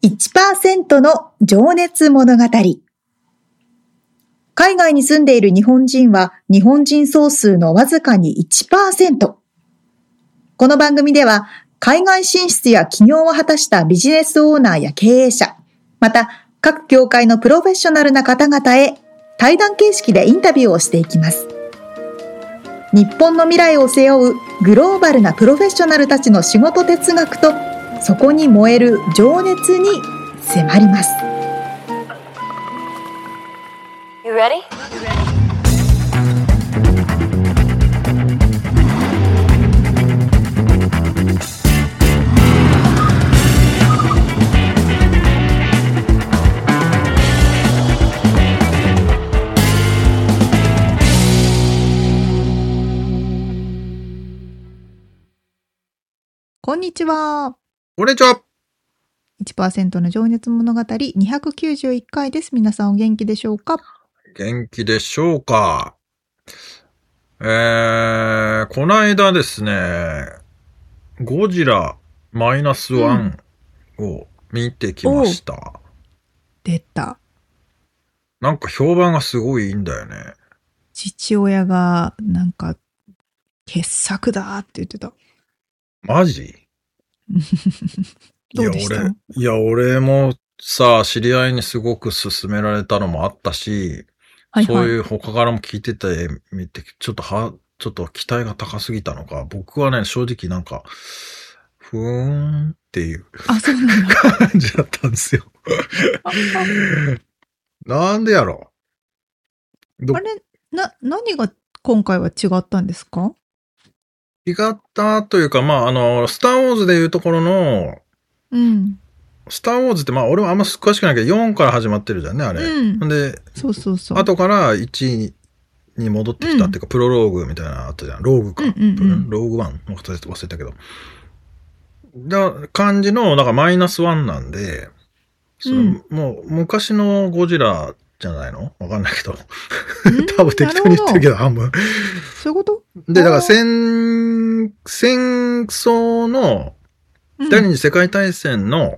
1% の情熱物語。海外に住んでいる日本人は日本人総数のわずかに 1%。この番組では海外進出や起業を果たしたビジネスオーナーや経営者、また各業界のプロフェッショナルな方々へ対談形式でインタビューをしていきます。日本の未来を背負うグローバルなプロフェッショナルたちの仕事哲学とそこに燃える情熱に迫ります。 You ready? こんにちは。 こんにちは。 1% の情熱物語291回です。皆さんお元気でしょうか？ 元気でしょうか。この間ですね、ゴジラ-1を見てきました。 出た。 なんか評判がすごいいいんだよね。 父親がなんか傑作だって言ってた。 マジ？ どうでした？ 俺もさ、知り合いにすごく勧められたのもあったし、 はいはい、 そういう他からも聞いてて見て、ちょっと期待が高すぎたのか、僕はね、正直なんか、ふーんっていうそうなんだ感じだったんですよ。なんでやろう。 あれ、何が今回は違ったんですか？ 違ったというか、スターウォーズでいうところの、スターウォーズって俺はあんま詳しくないけど、4から始まってるじゃんね、あれ。で、 そう。 後から1に戻ってきたっていうか、プロローグみたいなのあったじゃん。ローグか。ローグ1のこと忘れたけど。漢字の、-1なんで、もう昔のゴジラじゃないの？わかんないけど。多分適当に言ってるけど、半分。 そういうこと？ で、だから戦争の、第二次世界大戦の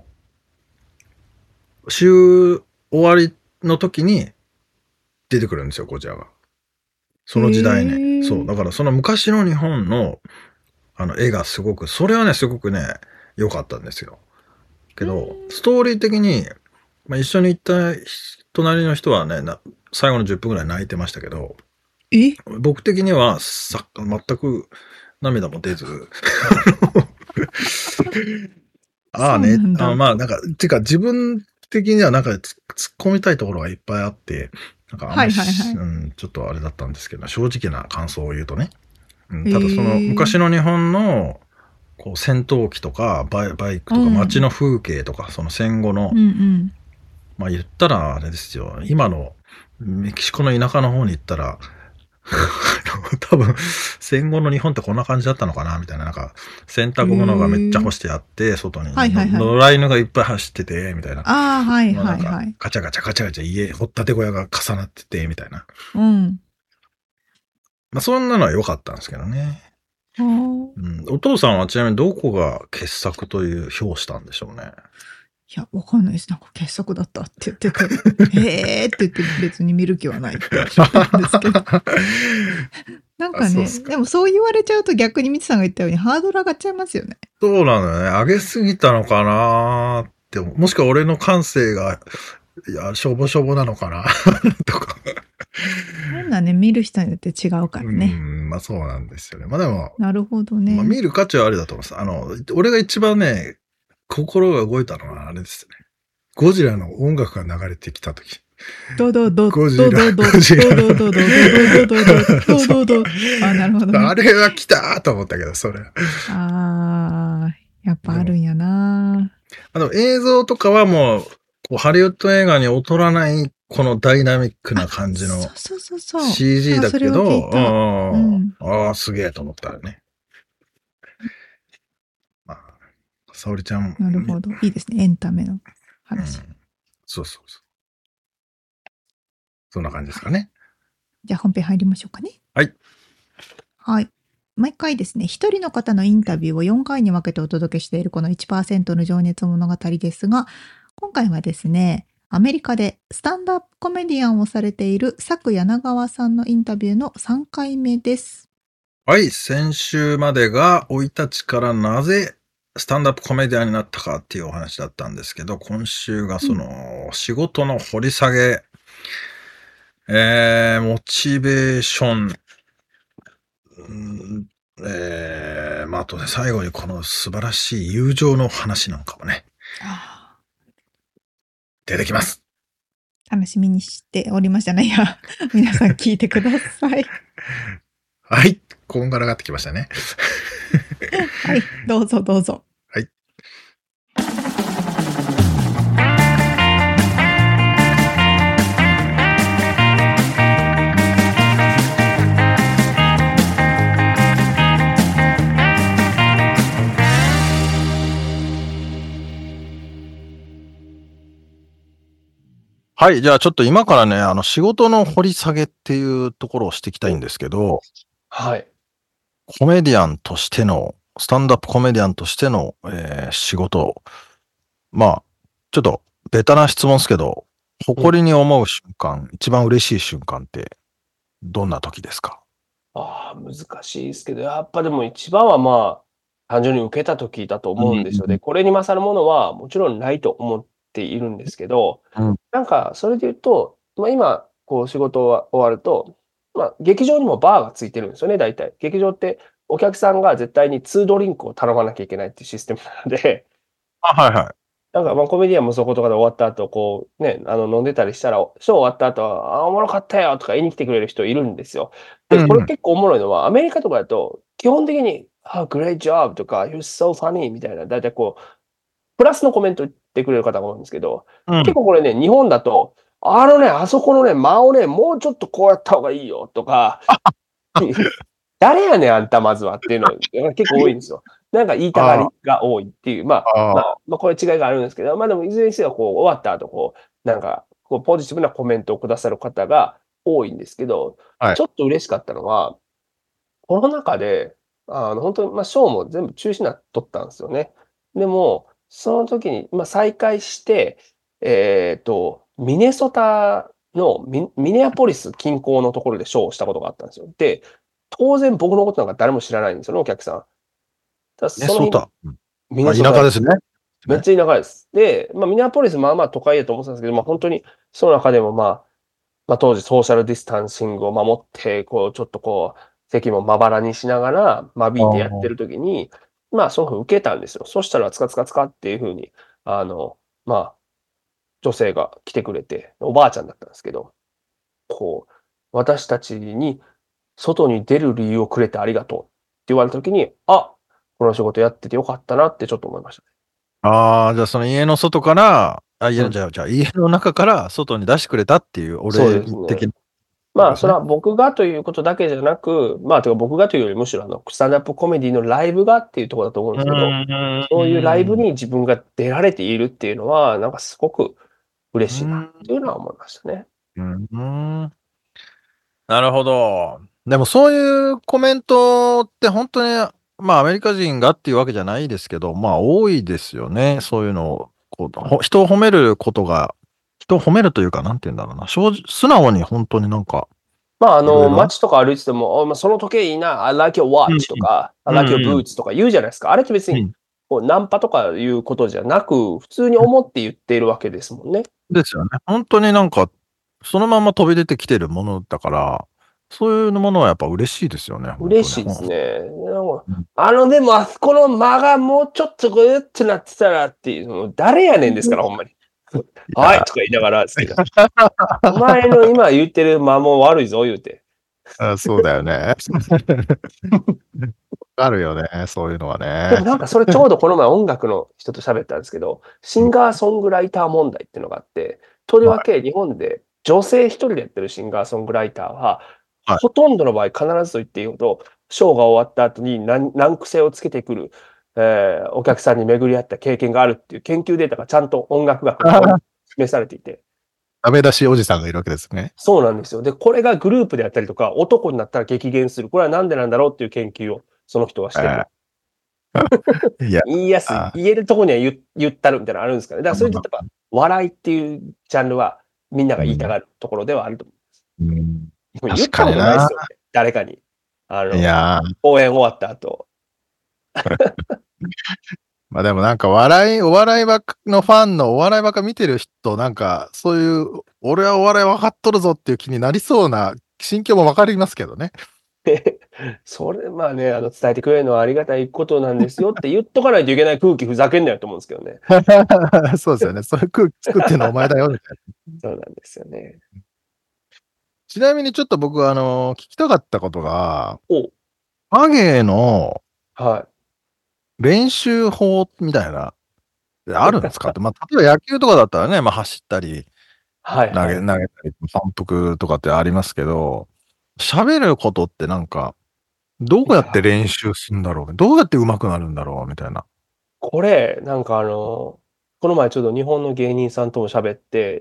終わりの時に出てくるんですよ、ゴジラが。その時代ね。そう。だからその昔の日本の、絵がすごく、それはね、すごくね、良かったんですよ。けど、ストーリー的に、一緒に行った隣の人はね、最後の10分ぐらい泣いてましたけど、僕的には全く涙も出ず、てか自分的には突っ込みたいところがいっぱいあって、ちょっとあれだったんですけど、正直な感想を言うとね。ただその昔の日本の戦闘機とかバイクとか街の風景とか、その戦後の、言ったらあれですよ、今のメキシコの田舎の方に行ったら、多分戦後の日本ってこんな感じだったのかなみたいな、洗濯物がめっちゃ干してあって、外に野良犬がいっぱい走っててみたいな、ガチャガチャ家掘ったて小屋が重なっててみたいな、そんなのは良かったんですけどね。お父さんはちなみにどこが傑作という評したんでしょうね。 いや、わかんないです。傑作だったって言ってて、へーって言って別に見る気はないって言ったんですけど。でもそう言われちゃうと逆にミツさんが言ったようにハードル上がっちゃいますよね。 そうなのよね。上げすぎたのかなって、もしくは俺の感性が、しょぼしょぼなのかなとか。 そんなね、見る人によって違うからね。 そうなんですよね。でも。 なるほどね。 見る価値はありだと思います。俺が一番ね、心が動いたのはあれですね。ゴジラの音楽が流れてきたとき。 ゴジラ。なるほど。 あれは来たーと思ったけど、それ。 やっぱあるんやな。 映像とかはもう、ハリウッド映画に劣らない、このダイナミックな感じの CG だけど、すげえと思ったらね。沙織ちゃん。 なるほど。いいですね。エンタメの話。 そう。そんな感じですかね。 じゃあ本編入りましょうかね。 はい。 毎回ですね、一人の方のインタビューを4回に分けてお届けしているこの 1% の情熱物語ですが、 今回はですね、アメリカでスタンドアップコメディアンをされている佐久柳川さんのインタビューの3回目です。 はい、先週までが生い立ちからなぜスタンドアップコメディアンになったかっていうお話だったんですけど、今週がその仕事の掘り下げ、モチベーション、あとね、最後にこの素晴らしい友情の話なんかもね、出てきます。 楽しみにしておりましたね。いや、皆さん聞いてください。 はい、こんがらがってきましたね。 はい、どうぞどうぞ。 はい。はい。じゃあちょっと今からね、仕事の掘り下げっていうところをしていきたいんですけど、 はい。 コメディアンとしての、スタンドアップコメディアンとしての、仕事。まあ、ちょっとベタな質問ですけど、誇りに思う瞬間、一番嬉しい瞬間ってどんな時ですか？ 難しいですけど、やっぱでも一番は単純に受けた時だと思うんですよね。これに勝るものはもちろんないと思っているんですけど、なんかそれで言うと、今、こう仕事が終わると、劇場にもバーがついてるんですよね、大体。劇場ってお客さんが絶対に2ドリンクを頼まなきゃいけないっていうシステムなので、 はいはい。 なんかコメディアンもそことかで終わった後、こうね、飲んでたりしたら、ショー終わった後は、おもろかったよとか言いに来てくれる人いるんですよ。で、これ結構おもろいのは、アメリカとかだと、基本的に、great job とか、you're so funny みたいな、だいたいこう、プラスのコメント言ってくれる方が多いんですけど、結構これね、日本だと、あそこのね、間をね、もうちょっとこうやった方がいいよとか、誰やねん、あんたまずはっていうの結構多いんですよ。なんか言いたがりが多いっていう、これ違いがあるんですけど、でもいずれにせよ、こう、終わった後、こう、なんか、こう、ポジティブなコメントをくださる方が多いんですけど、ちょっと嬉しかったのは、コロナ禍で、本当に、ショーも全部中止になっとったんですよね。でも、その時に、再開して、ミネソタのミネアポリス近郊のところでショーをしたことがあったんですよ。で、当然僕のことなんか誰も知らないんですよね、お客さん。 ミネソタ。田舎ですね。 めっちゃ田舎です。で、ミネアポリス都会だと思ってたんですけど、本当にその中でも当時ソーシャルディスタンシングを守って、こう、ちょっとこう、席もまばらにしながら、間引いてやってる時に、その風受けたんですよ。そしたら、ツカツカツカっていう風に、女性が来てくれて、おばあちゃんだったんですけど、こう、私たちに外に出る理由をくれてありがとうって言われた時に、この仕事やっててよかったなってちょっと思いましたね。 じゃあその家の外から、じゃあ家の中から外に出してくれたっていう、俺的な。それは僕がということだけじゃなく、僕がというよりむしろスタンドアップコメディのライブがっていうところだと思うんですけど、そういうライブに自分が出られているっていうのは、なんかすごく嬉しいなっていうのは思いましたね。 なるほど。でもそういうコメントって本当に、アメリカ人がっていうわけじゃないですけど、多いですよね。そういうのを、人を褒めることが、人を褒めるというか、なんて言うんだろうな。素直に本当になんか。 街とか歩いてても、その時計いいな、I like your watch とか、I like your boots とか言うじゃないですか。あれって別に、ナンパとかいうことじゃなく、普通に思って言っているわけですもんね。 ですよね。本当になんか、そのまま飛び出てきてるものだから、そういうものはやっぱ嬉しいですよね。 嬉しいですね。でもあそこの間がもうちょっとグーってなってたらっていう、誰やねんですから、ほんまに。はいとか言いながらですけど。お前の今言ってる間も悪いぞ、言うて。 そうだよね。あるよね、そういうのはね。 でもなんかそれちょうどこの前音楽の人と喋ったんですけど、シンガーソングライター問題っていうのがあって、とりわけ日本で女性一人でやってるシンガーソングライターは、ほとんどの場合必ずと言っていいほど、ショーが終わった後に難癖をつけてくる、お客さんに巡り合った経験があるっていう研究データがちゃんと音楽学で示されていて。 ダメ出しおじさんがいるわけですね。 そうなんですよ。で、これがグループであったりとか、男になったら激減する。これはなんでなんだろうっていう研究をその人はしてる。言いやすい。言えるとこには言ったるみたいなのあるんですかね。だからそれで笑いっていうジャンルはみんなが言いたがるところではあると思います。言ったことないですよね。誰かに。 いや公演終わった後。 まあでもなんかお笑いのファンのお笑いばっか見てる人、なんかそういう、俺はお笑い分かっとるぞっていう気になりそうな心境も分かりますけどね。 それ、まあね、伝えてくれるのはありがたいことなんですよって言っとかないといけない空気ふざけんなよと思うんですけどね。 そうですよね。そういう空気作ってんのお前だよ、みたいな。そうなんですよね。 ちなみにちょっと僕聞きたかったことが、 おハゲのはい。 練習法みたいな、あるんですかって。まあ、例えば野球とかだったらね、まあ走ったり、 はい、 投げたり、反復とかってありますけど、喋ることってなんか、どうやって練習するんだろう、どうやって上手くなるんだろうみたいな。 これ、なんかこの前ちょっと日本の芸人さんとも喋って、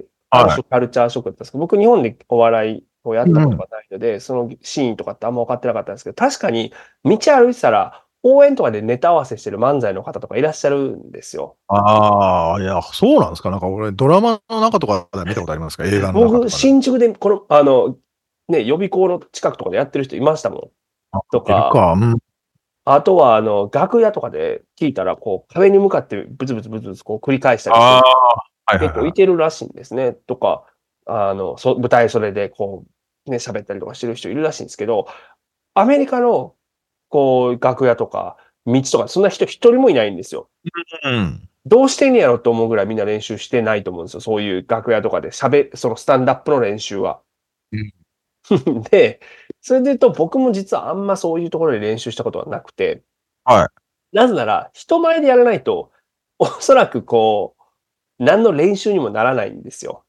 ある種カルチャーショックだったんですけど、僕日本でお笑いをやったことがないので、そのシーンとかってあんま分かってなかったんですけど、確かに道歩いてたら、応援とかでネタ合わせしてる漫才の方とかいらっしゃるんですよ。 ああ、いや、そうなんですか。なんか俺、ドラマの中とかで見たことありますか、映画の中とかで。 僕、新宿で、ね、予備校の近くとかでやってる人いましたもん。とか、あとは、楽屋とかで聞いたら、こう、壁に向かってブツブツブツブツこう繰り返したりして、結構いてるらしいんですね。とか、舞台袖でこう、ね、喋ったりとかしてる人いるらしいんですけど、アメリカの、こう、楽屋とか、道とか、そんな人一人もいないんですよ。どうしてんねやろと思うぐらいみんな練習してないと思うんですよ。そういう楽屋とかでそのスタンダップの練習は。で、それで言うと僕も実はあんまそういうところで練習したことはなくて、 はい。 なぜなら人前でやらないと、おそらくこう、何の練習にもならないんですよ。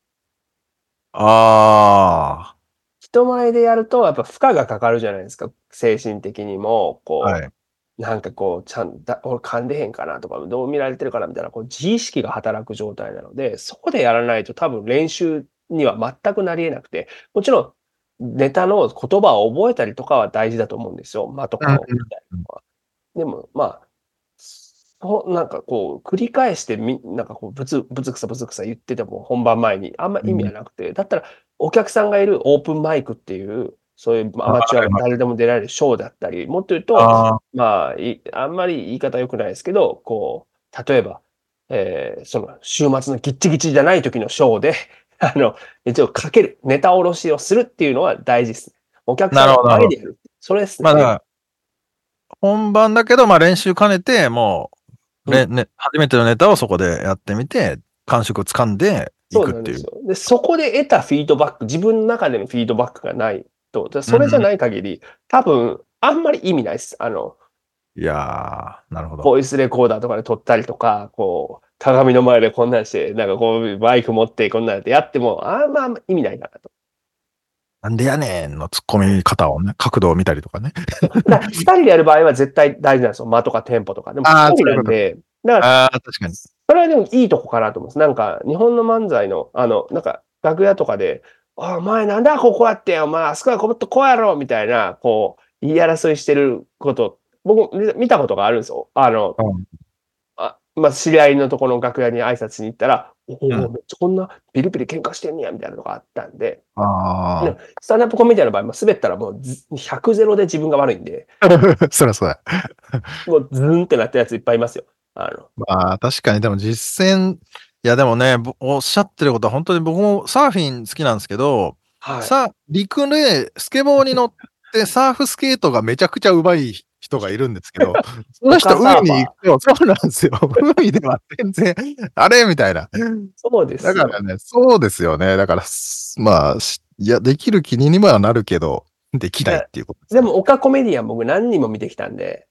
ああ。 人前でやるとやっぱ負荷がかかるじゃないですか。精神的にも、こう、なんかこう、俺噛んでへんかなとか、どう見られてるかなみたいな、こう、自意識が働く状態なので、そこでやらないと多分練習には全くなり得なくて、もちろん、ネタの言葉を覚えたりとかは大事だと思うんですよ。間とかを見たりとか。でも、まあ、なんかこう、繰り返してなんかこう、ブツくさ言ってても本番前にあんま意味はなくて、だったらお客さんがいるオープンマイクっていう、そういうアマチュアが誰でも出られるショーだったり、もっと言うと、まあ、あんまり言い方良くないですけど、こう、例えば、その週末のギッチギチじゃない時のショーで、一応ネタ下ろしをするっていうのは大事ですね。お客さんの前でやる。それですね。 まあだから、本番だけど、まあ練習兼ねて、もう、初めてのネタをそこでやってみて、感触つかんでいくっていう。 そうなんですよ。で、そこで得たフィードバック、自分の中でのフィードバックがないと、それじゃない限り、多分、あんまり意味ないです。 いやー、なるほど。 ボイスレコーダーとかで撮ったりとか、こう、鏡の前でこんなんして、なんかこう、マイク持ってこんなんやっても、あんま意味ないかなと。 なんでやねんの突っ込み方をね、角度を見たりとかね。 二人でやる場合は絶対大事なんですよ。間とかテンポとか。でも一人なんで、だから、 確かに。 それはでもいいとこかなと思います。なんか、日本の漫才の、なんか、楽屋とかで、お前なんだここやってん、お前、あそこはもっとこうやろみたいな、こう、言い争いしてること、僕、見たことがあるんですよ。まあ、知り合いのところの楽屋に挨拶に行ったら、めっちゃこんなピリピリ喧嘩してんねや、みたいなのがあったんで、スタンダップコメディアの場合も滑ったらもう100ゼロで自分が悪いんで、 そりゃそうだ。 もうズーンってなったやついっぱいいますよ。 まあ確かに、でも実践、いやでもね、おっしゃってることは本当に僕もサーフィン好きなんですけど、陸でスケボーに乗ってサーフスケートがめちゃくちゃ上手い人がいるんですけど、その人海に行くと、そうなんですよ。海では全然、あれみたいな。 そうですよ。 だからね、そうですよね。だから、まあ、いや、できる気にはなるけど、できないっていうことです、 ね。でも、岡コメディアン僕何人も見てきたんで。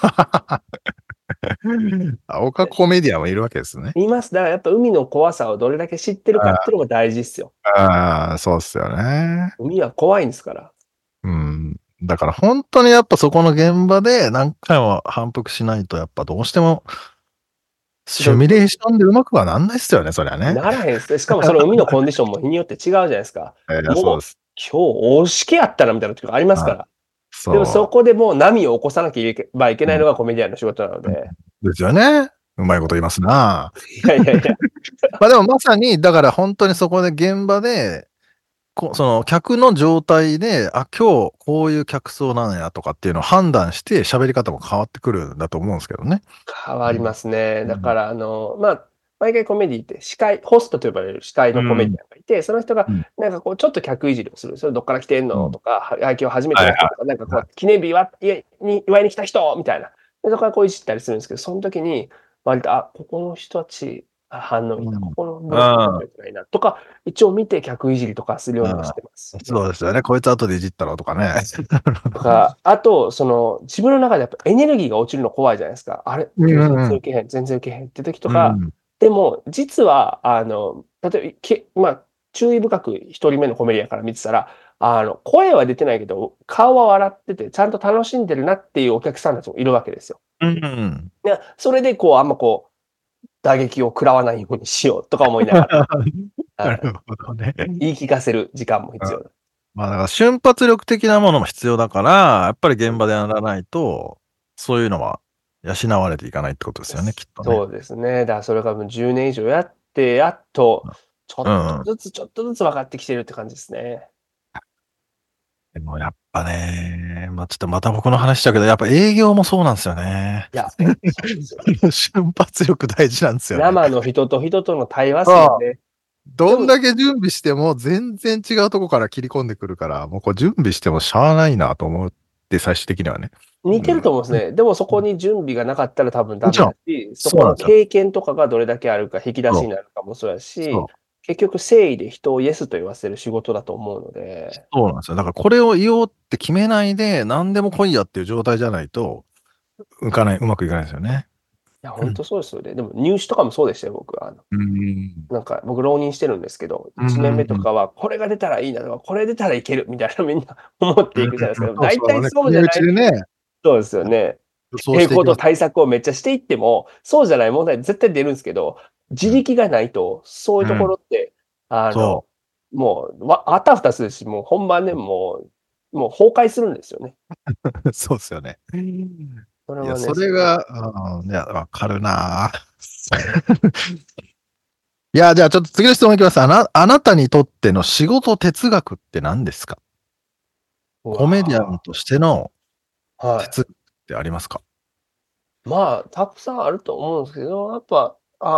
岡コメディアンもいるわけですね。 います。だからやっぱ海の怖さをどれだけ知ってるかっていうのも大事ですよ。 そうっすよね。 海は怖いんですから。 だから本当にやっぱそこの現場で何回も反復しないとやっぱどうしてもシミュレーションでうまくはなんないっすよね、そりゃね。 ならへんっす。しかもその海のコンディションも日によって違うじゃないですか。 そうです。 今日大しけやったなみたいな時がありますから。でもそこでもう波を起こさなければいけないのがコメディアンの仕事なので。 ですよね。 うまいこと言いますな。 いやいやいや。 まあでもまさに、だから本当にそこで現場で、その客の状態で、あ、今日こういう客層なんやとかっていうのを判断して喋り方も変わってくるんだと思うんですけどね。 変わりますね。 うんだからまあ、毎回コメディってホストと呼ばれる司会のコメディアンがいて、その人がうんなんかこうちょっと客いじりをする。それどっから来てんのうんとか、今日初めての人とか、なんかこはう記念日祝いに来た人みたいな。で、そこからこういじったりするんですけど、その時に割と、ここの人たち反応いいな、ここのブロック良くないなとか、一応見て客いじりとかするようにはしてます。 そうですよね。こいつ後でいじったろとかね。 とか、あと、自分の中でやっぱエネルギーが落ちるの怖いじゃないですか。あれ、今日全然受けへん、全然受けへんって時とか、でも、実は、例えば、まあ、注意深く一人目のコメディアンから見てたら、声は出てないけど、顔は笑ってて、ちゃんと楽しんでるなっていうお客さんたちもいるわけですよ。でそれで、あんま打撃を食らわないようにしようとか思いながら、 なるほどね。 言い聞かせる時間も必要だ。 まあだから瞬発力的なものも必要だから、やっぱり現場でやらないと、そういうのは養われていかないってことですよね、きっとね。 そうですね。だからそれがもう10年以上やって、やっと、ちょっとずつ分かってきてるって感じですね。 でもやっぱね、まあちょっとまた僕の話しちゃうけど、やっぱ営業もそうなんですよね。 いや、 瞬発力大事なんですよね。 生の人と人との対話っすよね。 どんだけ準備しても全然違うとこから切り込んでくるから、もう準備してもしゃあないなと思って、最終的にはね。 似てると思うんですね。でもそこに準備がなかったら多分ダメだし、そそうなんですよこの経験とかがどれだけあるか引き出しになるかもそうやし、結局誠意で人をイエスと言わせる仕事だと思うので。 そうなんですよ。だからこれを言おうって決めないで、何でも来いやっていう状態じゃないと、うまくいかないですよね。 いや、本当そうですよね。でも入試とかもそうでしたよ、僕は。なんか僕浪人してるんですけど、1年目とかはこれが出たらいいなとか、これ出たらいけるみたいなみんな思っていくじゃないですか。大体そうじゃない。そうですよね。並行と対策をめっちゃしていっても、そうじゃない問題絶対出るんですけど、自力がないと、そういうところって、もう、あたふたするし、もう本番でもう崩壊するんですよね。 そうですよね。 それはね。 それが、いや、わかるないや、じゃあちょっと次の質問いきます。あなたにとっての仕事哲学って何ですか？コメディアンとしての哲学ってありますか？ まあ、たくさんあると思うんですけど、やっぱ、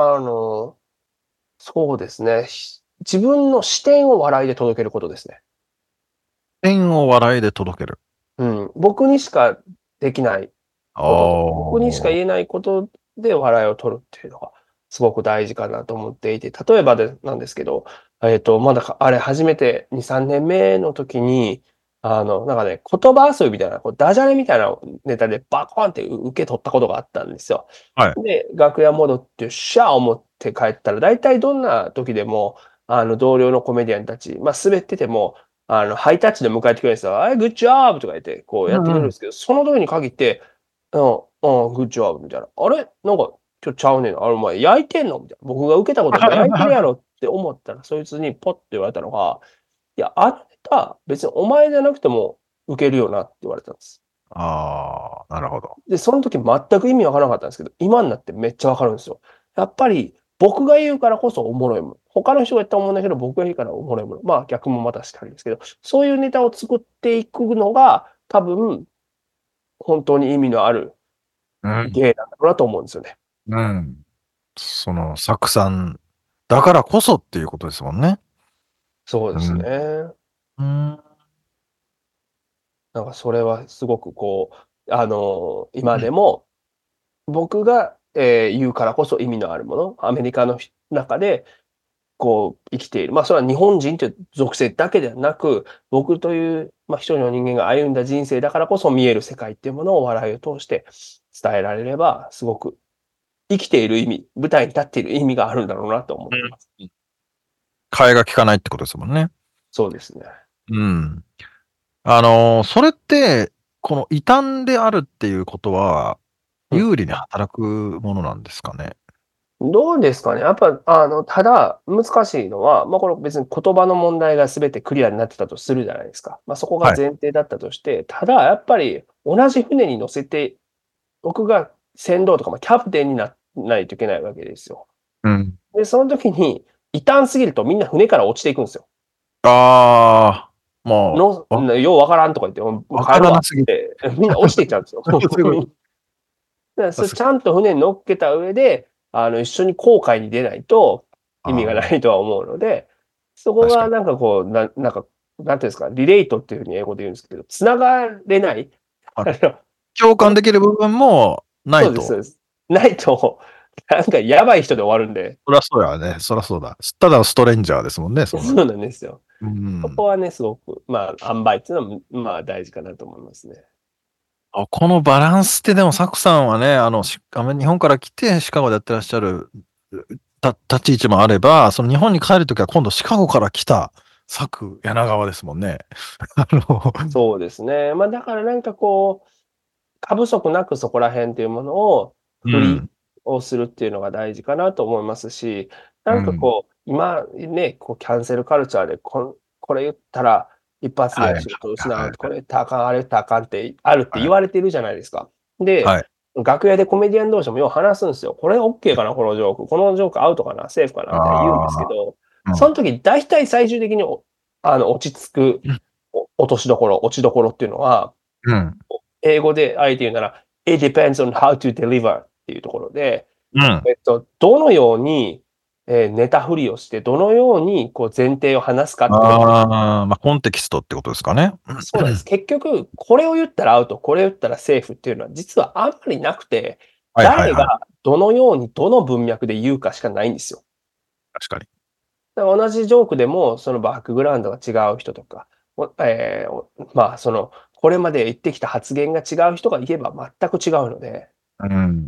そうですね。自分の視点を笑いで届けることですね。 視点を笑いで届ける。 僕にしかできないこと、僕にしか言えないことで笑いを取るっていうのがすごく大事かなと思っていて、例えばなんですけど、まだあれ初めて2、3年目の時に、なんかね、言葉遊びみたいな、ダジャレみたいなネタでバコーンって受け取ったことがあったんですよ。 はい。 で、楽屋戻ってシャー思って帰ったら、大体どんな時でも、同僚のコメディアンたち、まあ滑ってても、ハイタッチで迎えてくれるんですよ。はい、グッジョブとか言って、こうやってくれるんですけど、その時に限って、グッジョブみたいな。あれなんか、今日ちゃうねん。お前焼いてんのみたいな。僕が受けたことも焼いてるやろって思ったら、そいつにポッて言われたのが、いや、あのネタ、別にお前じゃなくても受けるよなって言われたんです。 なるほど。 で、その時全く意味わからなかったんですけど、今になってめっちゃわかるんですよ。やっぱり、僕が言うからこそおもろいもの。他の人が言ったらおもろいんだけど、僕が言うからおもろいもの。まあ逆もまたしかりですけど、そういうネタを作っていくのが、多分、本当に意味のある芸なんだろうなと思うんですよね。 その、作さんだからこそっていうことですもんね。 そうですね。なんかそれはすごく今でも、僕が、言うからこそ意味のあるもの、アメリカの中で、生きている。まあ、それは日本人という属性だけではなく、僕という、まあ、一人の人間が歩んだ人生だからこそ見える世界っていうものを笑いを通して伝えられれば、すごく生きている意味、舞台に立っている意味があるんだろうなと思ってます。 替えが利かないってことですもんね。 そうですね。 それって、この異端であるっていうことは、有利に働くものなんですかね。 どうですかね。やっぱ、ただ、難しいのは、まあ、これ別に言葉の問題が全てクリアになってたとするじゃないですか。まあ、そこが前提だったとして、ただ、やっぱり同じ船に乗せて、僕が船頭とか、まあ、キャプテンになっないといけないわけですよ。 うん。 で、その時に、異端すぎるとみんな船から落ちていくんですよ。 ああ、もう、 ようわからんとか言って、 わ帰るわっからなすぎて、みんな落ちていっちゃうんですよ。 すごい。 だからそれちゃんと船に乗っけた上で、一緒に航海に出ないと意味がなあいとは思うので、そこ確かに。 がなんかこう、なんか、なんていうんですか、リレートっていうふうに英語で言うんですけど、繋がれない。 ああの共感できる部分もなそうです、そういと。 です。ないと、なんかやばい人で終わるんで。 そりゃそうやね。そりゃそうだ。ただのストレンジャーですもんね、そうなそうると。 なんですよ。 うん。 そこはね、すごく、まあ、塩梅っていうのは、まあ、大事かなと思いますね。 このバランスってでもサクさんはね、日本から来てシカゴでやってらっしゃる立ち位置もあれば、その日本に帰るときは今度シカゴから来たサク柳川ですもんね。あの、 そうですね。まあ、だからなんかこう、過不足なくそこら辺っていうものを振りうん。 をするっていうのが大事かなと思いますし、なんかうん。 こう、今ね、こうキャンセルカルチャーで、これ言ったら一発はい。はい。 で仕事を失う、こはい。 れ言ったらあかん、あれ言ったらあかんってあるってはい。 言われてるじゃないですか。で、 はい。 楽屋でコメディアン同士もよう話すんですよ。これオッケーかな、このジョーク。このジョークアウトかな、セーフかなみたいな言うんですけあど、 あ、うん。 その時大体最終的に落ち着く落としどころ、落ちどころっていうのは、 うん。 英語であえて言うなら、It depends on how to deliver っていうところで、 うん。 どのように、ネタ振りをして、どのようにこう前提を話すかってことああ、まあ、コンテキストってことですかね。 そうなんです。結局、これを言ったらアウト、これを言ったらセーフっていうのは実はあんまりなくて、 はいはいはい。 誰がどのようにどの文脈で言うかしかないんですよ。 確かに。 だから同じジョークでも、そのバックグラウンドが違う人とか、まあ、これまで言ってきた発言が違う人がいれば全く違うので、 うん。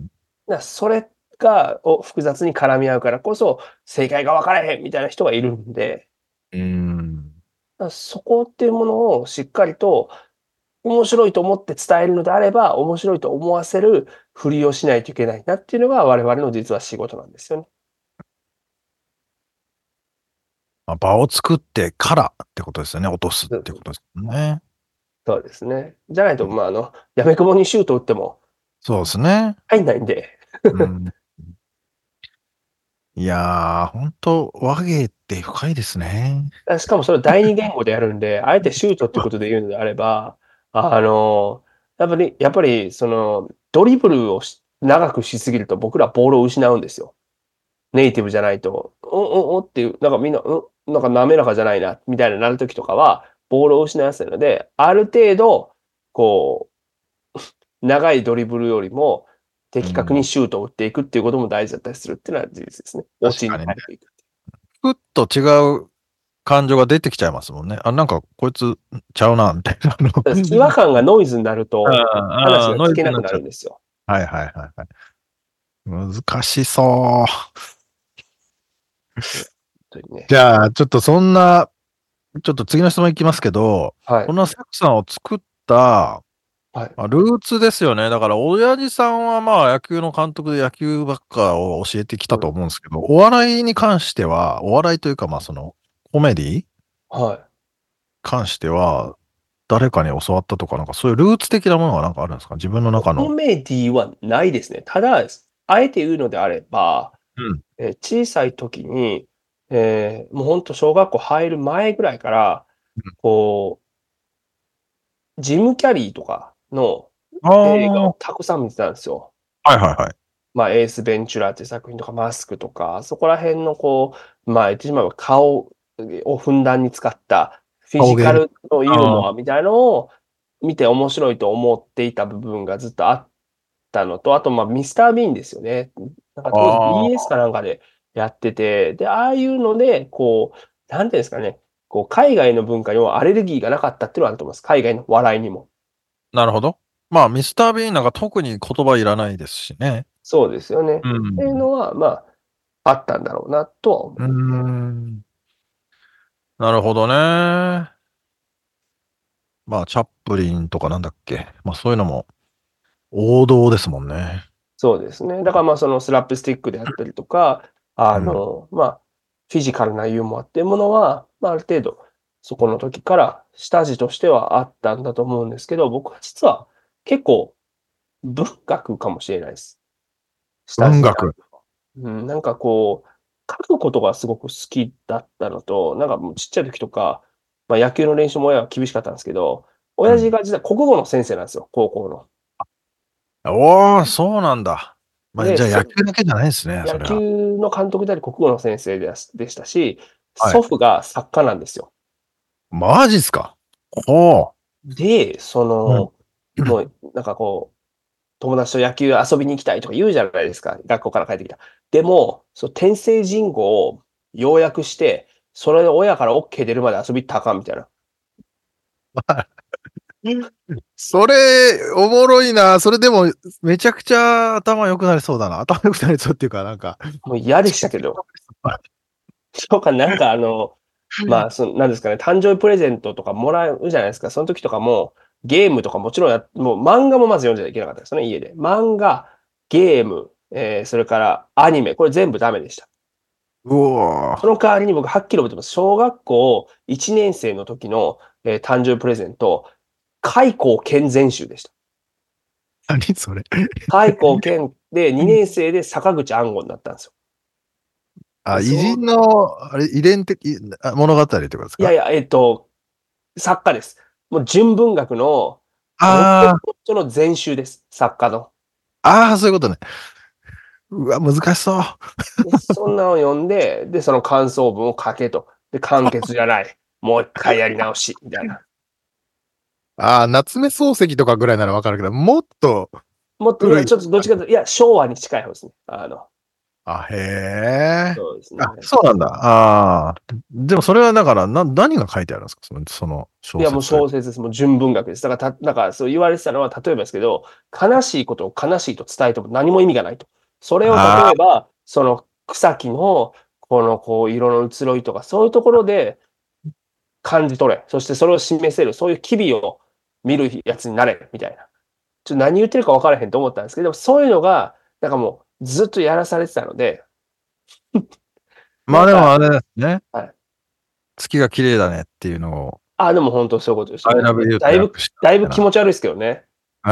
それが複雑に絡み合うからこそ、正解が分からへんみたいな人がいるんで、 うん。 そこっていうものをしっかりと面白いと思って伝えるのであれば、面白いと思わせるふりをしないといけないなっていうのが我々の実は仕事なんですよね。 まあ、場を作ってからってことですよね。落とすっうん、 てことですね。 そうですね。じゃないと、 うん。 まあ、やめくもにシュート打ってもそうですね。 入んないんで。 うん。いやー、本当和芸って深いですね。 しかもそれを第二言語でやるんで、あえてシュートっていうことで言うのであれば、やっぱりドリブルを長くしすぎると僕らボールを失うんですよ。ネイティブじゃないと、っていう、なんかみんな、なんか滑らかじゃないな、みたいななる時とかは、ボールを失いやすいので、ある程度、こう、長いドリブルよりも、的確にうん。 シュートを打っていくっていうことも大事だったりするっていうのは事実ですね。オチに確かにね。 入っていく。 ふっと違う感情が出てきちゃいますもんね。あ、なんかこいつちゃうな、みたいな違和感がノイズになると、話がノイ聞けなくなズになっちゃう。 るんですよ。 はいはいはいはい。難しそう。 本当にね。 じゃあ、ちょっとそんな、ちょっと次の質問いきますけど、 はい。 こんなサクさんを作った、 はい。 ルーツですよね。だから、親父さんはまあ野球の監督で野球ばっかを教えてきたとうん。 思うんですけど、お笑いに関しては、お笑いというかまあコメディはい。 関しては、誰かに教わったとか、なんかそういうルーツ的なものがなんかあるんですか、自分の中の。 コメディはないですね。ただ、あえて言うのであれば、 うん。 小さい時に、もうほんと小学校入る前ぐらいから、こう、ジム・キャリーとかのあ映画をあ、 たくさん見てたんですよ。 はいはいはい。 まあ、エース・ベンチュラっていう作品とか、マスクとか、そこら辺のこう、まあ、言ってしまえば顔をふんだんに使ったフィジ顔芸ね。 カルのユーああ、 モアみたいのを見て面白いと思っていた部分がずっとあったのと、あと、まあ、ミスター・ビーンですよね。なんか当時あ BS かなんかでやってて、で、ああいうので、こう、なんていうんですかね、こう、海外の文化にはアレルギーがなかったっていうのはあると思います。海外の笑いにも。 なるほど。まあ、ミスター・ビーンなんか特に言葉いらないですしね。 そうですよね。っうていうん。 のは、まあ、あったんだろうなとは思うーいます。 ん。なるほどね。まあ、チャップリンとかなんだっけ。まあ、そういうのも王道ですもんね。 そうですね。だからまあそのスラップスティックであったりとか、 うん。 まあ、フィジカルなユーモアっていうものは、まあある程度、そこの時から下地としてはあったんだと思うんですけど、僕は実は結構文学かもしれないです。 したし。 文学。 なんかこう、書くことがすごく好きだったのと、なんかもうちっちゃい時とか、まあ野球の練習も親は厳しかったんですけど、親父が実は国語の先生なんですよ、高校の。 おー、そうなんだ。まあ、 で、 じゃあ野球だけじゃないですね、そ野球れは。 の監督であり国語の先生でしたし、 はい。 祖父が作家なんですよ。 マジっすか。ほで、 う。うん。 もうなんかこう、友達と野球遊びに行きたいとか言うじゃないですか。学校から帰ってきた。でも、天聖人語を要約して、それで親から OK 出るまで遊び行ったらあかんみたいな。 それ、おもろいな。それでも、めちゃくちゃ頭良くなりそうだな。頭良くなりそうっていうか、なんか。 もう嫌でしたけど。とか、なんかまあ、なんですかね、誕生日プレゼントとかもらうじゃないですか。その時とかも、ゲームとかもちろんもう漫画もまず読んじゃいけなかったですね、家で。漫画、ゲーム、それからアニメ、これ全部ダメでした。 うおー。 その代わりに僕はっきり覚えてます。小学校1年生の時の、誕生日プレゼント、開口健全集でした。 何それ。 開口健で2年生で坂口安吾になったんですよ。 あ、偉そう人の、あれ、遺伝的、物語ってことですか？ いやいや、作家です。もう純文学のロケッあトの全集です。作家の。 あ、ああ、そういうことね。うわ、難しそう。 で、そんなのを読んで、で、その感想文を書けと。で、簡潔じゃない。もう一回やり直し、みたいな。 ああ、夏目漱石とかぐらいならわかるけど、もっともっと、いや、 古い。 ちょっとどっちかというと、いや、昭和に近い方ですね。 あ、へえ。 そうですね。 あ、そうなんだ。ああ。でもそれはだから、何が書いてあるんですか？そのいや、もう小説。 小説です。もう純文学です。だからそう言われてたのは、例えばですけど、悲しいことを悲しいと伝えても何も意味がないと。それをああ、 例えば、その草木の、こう、色の移ろいとか、そういうところで感じ取れ。そしてそれを示せる。そういう機微を見るやつになれ。みたいな。何言ってるか分からへんと思ったんですけど、そういうのが、なんかもうずっとやらされてたので、 まなんか、 あでもあれですね。 はい。 月が綺麗だねっていうのを、 あ、でも本当そういうことですよ I ね。 love you だいぶ、 と訳しただいぶみたいな。 気持ち悪いですけどね。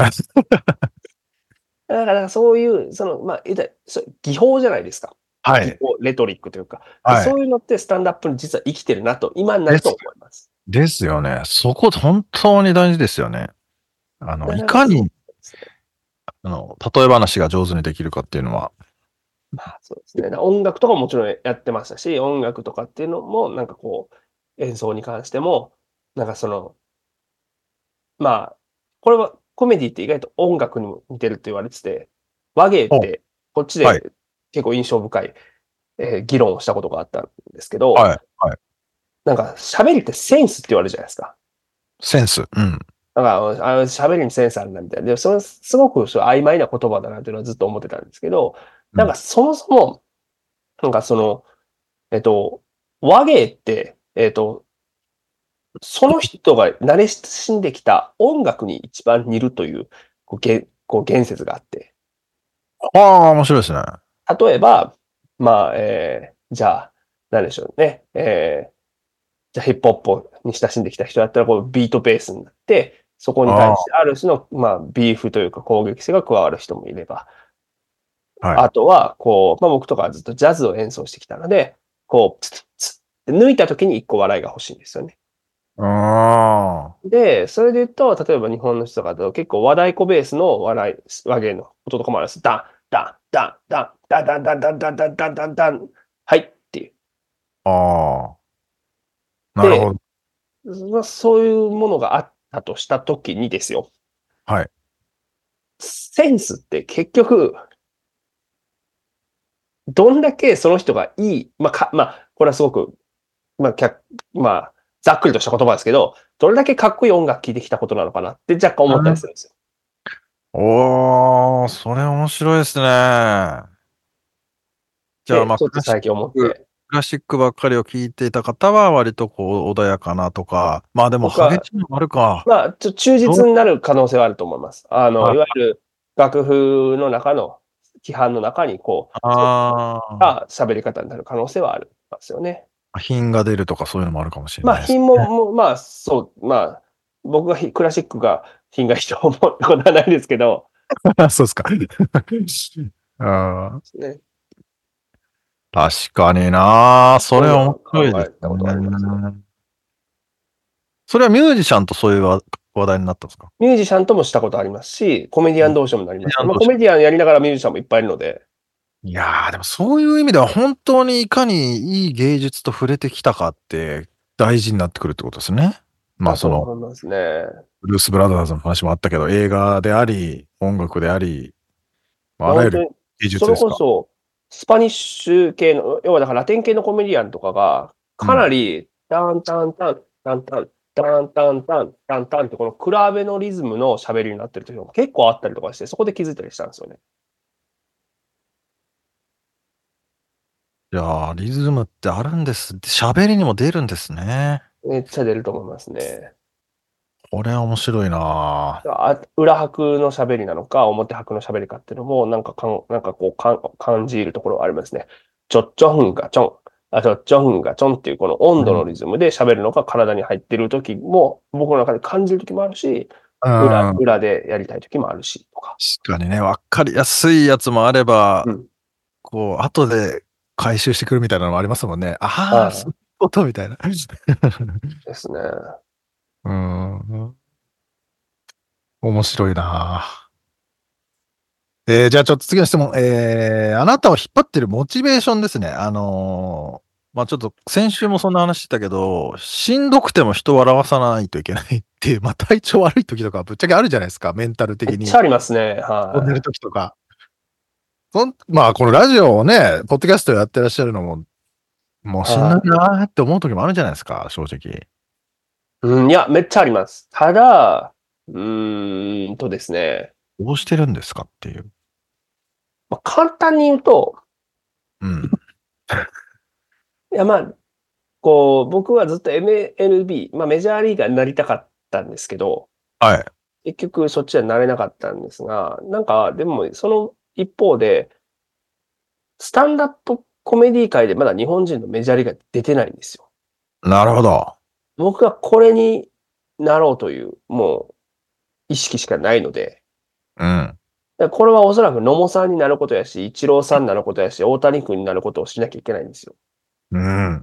だからそういう、まあ、技法じゃないですか。 はい。 技法、レトリックというか。で、 はい。 そういうのってスタンダップに実は生きてるなと、今になるとです。 思います。 ですよね。そこ本当に大事ですよね。いだからそうかに、 ですね。 例え話が上手にできるかっていうのは。 まあ、そうですね。音楽とかももちろんやってましたし、音楽とかっていうのも、なんかこう、演奏に関しても、なんかまあ、これはコメディって意外と音楽にも似てると言われてて、話芸っお、 てこっちはい。 で結構印象深い、議論をしたことがあったんですけど、 はい。はい。 なんか喋りってセンスって言われるじゃないですか。 センス。うん。 なんか、喋りにセンスあるなみたいな。で、すごく曖昧な言葉だなっていうのはずっと思ってたんですけど、 うん。 なんかそもそも、なんかえっと、話芸って、その人が慣れ親んできた音楽に一番似るという、言説があって。 ああ、面白いですね。 例えば、まあ、じゃあ、何でしょうね。じゃあヒップホップに親しんできた人だったら、こうビートベースになって、そこにああ、 対してある種の、まあ、ビーフというか攻撃性が加わる人もいれば、 はい。 あとは、まあ僕とかはずっとジャズを演奏してきたので、ツツツって抜いた時に一個笑いが欲しいんですよね。 あで、それで言うと、例えば日本の人とかだと結構和太鼓ベースの和芸の音とかもあるんです。ダン、ダン、ダン、ダン、ダン、ダン、ダン、ダン、ダン、ダン、ダン、ダン、ダン、はいっていう。 あ、ああ、なるほで、 ど。 そういうものがあったとしたときにですよ。 はい。 センスって結局、どんだけその人がいい、まあ、これはすごく、まあ、まあ、ざっくりとした言葉ですけど、どれだけかっこいい音楽聴いてきたことなのかなって若干思ったりするんですよ。 おー、それ面白いですね。じゃあ、 で、 まあ、 ちょっと最近思って、 クラシックばっかりを聴いていた方は、割とこう、穏やかなとか、まあでも、 僕は、 激しいのもあるか。 まあ、忠実になる可能性はあると思います。いわあゆる楽譜の中の、規範の中に、そういっあた喋り方になる可能性はありますよね。 ー、品が出るとかそういうのもあるかもしれまあ、 ないですね。 まあ、そう、まあ、僕がクラシックが品がいいと思うことはないですけど、 そうですか。 ね。 確かにな、それは面白いです考えたことありますね。 ね。それはミュージシャンとそういう話題になったんですか？ ミュージシャンともしたことありますし、コメディアン同士もなります。まあ、コメディアンやりながらミュージシャンもいっぱいいるので。 いやー、でもそういう意味では本当にいかにいい芸術と触れてきたかって大事になってくるってことですね。まあだと思いますね。 ブルース・ブラザーズの話もあったけど、映画であり、音楽であり、あらゆる本当に、それ芸術ですか。 こそ、スパニッシュ系の、要はだからラテン系のコメディアンとかが、かなり、タンタンタン、タンタン、タンタンタン、タンタンってこの暗めのリズムの喋りになってる時も結構あったりとかして、そこで気づいたりしたんですよね。 いやー、リズムってあるんです。喋りにも出るんですね。 めっちゃ出ると思いますね。 これは面白いな裏拍の喋りなのか、表拍の喋りかっていうのも、なんかこう感じるところがありますね。ちょっちょんがちょん。ちょっちょんがちょんっていうこの温度のリズムで喋るのが体に入ってる時も、僕の中で感じる時もあるし、 うん。 裏でやりたい時もあるし、とか。 確かにね、わかりやすいやつもあれば、 うん。 こう、後で回収してくるみたいなのもありますもんね。ああ、そういうことみたいな。 ですね。 うん。面白いなじゃあちょっと次の質問。あなたを引っ張ってるモチベーションですね。まあちょっと先週もそんな話してたけど、しんどくても人を笑わさないといけないっていう、まあ体調悪い時とかぶっちゃけあるじゃないですか。メンタル的に。 めっちゃありますね。 飛んでるは時とか。まあこのラジオをね、ポッドキャストやってらっしゃるのも、もうい。 しんどいはい。 なーって思う時もあるじゃないですか、正直。 うん、いや、めっちゃあります。ただ、ですね。 どうしてるんですかっていう。 まあ、簡単に言うと、 うん。 いや、まあ、こう、僕はずっと MLB、まあメジャーリーガーになりたかったんですけど、 はい。 結局そっちはなれなかったんですが、なんか、でもその一方で、スタンダップコメディ界でまだ日本人のメジャーリーガー出てないんですよ。 なるほど。 僕はこれになろうという、もう意識しかないので、 うん。 これはおそらく野茂さんになることやし、イチローさんになることやし、大谷君になることをしなきゃいけないんですよ。 うん。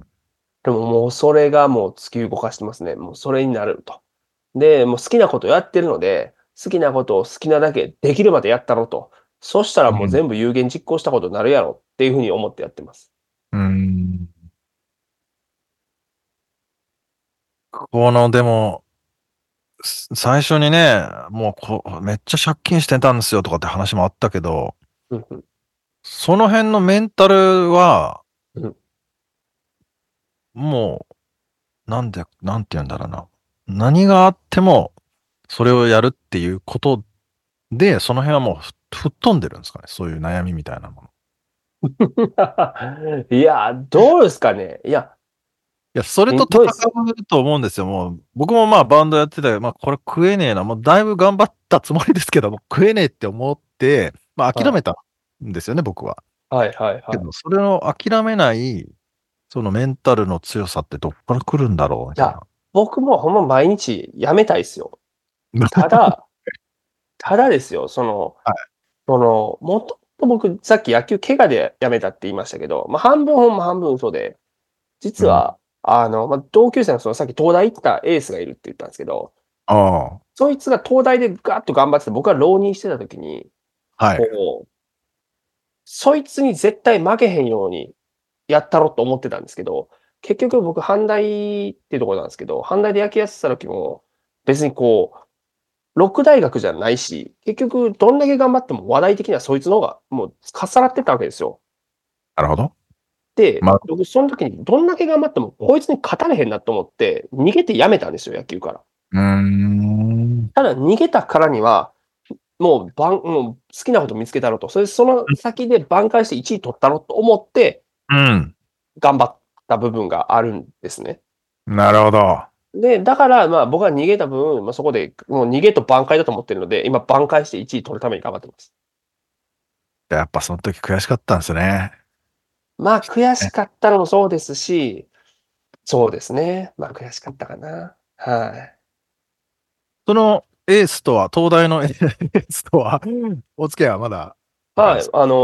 でももうそれがもう突き動かしてますね。もうそれになると。で、もう好きなことやってるので、好きなことを好きなだけできるまでやったろと。そしたらもう全部有言実行したことになるやろっていうふうに思ってやってます。 うん。この、でも、最初にね、もうめっちゃ借金してたんですよとかって話もあったけど、 うんうんその辺のメンタルは、 うん。 もなんて言うんだろうな。何があっても、それをやるっていうことで、その辺はもう吹っ飛んでるんですかね。そういう悩みみたいなもの。 いや、どうですかね。いや、 いや、それしと戦んどいっすよ。 うと思うんですよ。もう、僕もまあバンドやってて、まあこれ食えねえな。もうだいぶ頑張ったつもりですけども、食えねえって思って、まあ諦はめたんですよね、僕は。 い。はいはいはい。 けど、それを諦めない、そのメンタルの強さってどっから来るんだろうみいや、 たいな。 僕もほんま毎日やめたいっすよ。ただ、ただですよ、 はい。 もともと僕、さっき野球怪我で辞めたって言いましたけど、まあ、半分ほんま半分嘘で、 うん。 実は、まあ、同級生のさっき東大行ったエースがいるって言ったんですけど、 あそいつが東大でガーッと頑張ってて、僕が浪人してた時に、 あ、はい。 こう、そいつに絶対負けへんようにやったろと思ってたんですけど、結局僕、阪大っていうところなんですけど、阪大で野球やってた時も、別にこう、六大学じゃないし、結局どんだけ頑張っても話題的にはそいつの方がもうかっさらってたわけですよ。 なるほど。 で、 まあ、 僕その時にどんだけ頑張ってもこいつに勝たれへんなと思って、逃げて辞めたんですよ、野球から。 うーん。 ただ逃げたからには、もう好きなこと見つけたろと。その先で挽回して1位取ったろと思って、 うん。 頑張った部分があるんですね。 なるほど。 で、だから、まあ僕は逃げた分、まあそこでもう逃げと挽回だと思ってるので、今挽回して1位取るために頑張ってます。 やっぱその時悔しかったんですね。 まあ悔しねかったのもそうですし、そうですね。まあ悔しかったかな。はい。 そのエースとは、東大のエースとは、お付き合いはまだあるんはい。 ですか？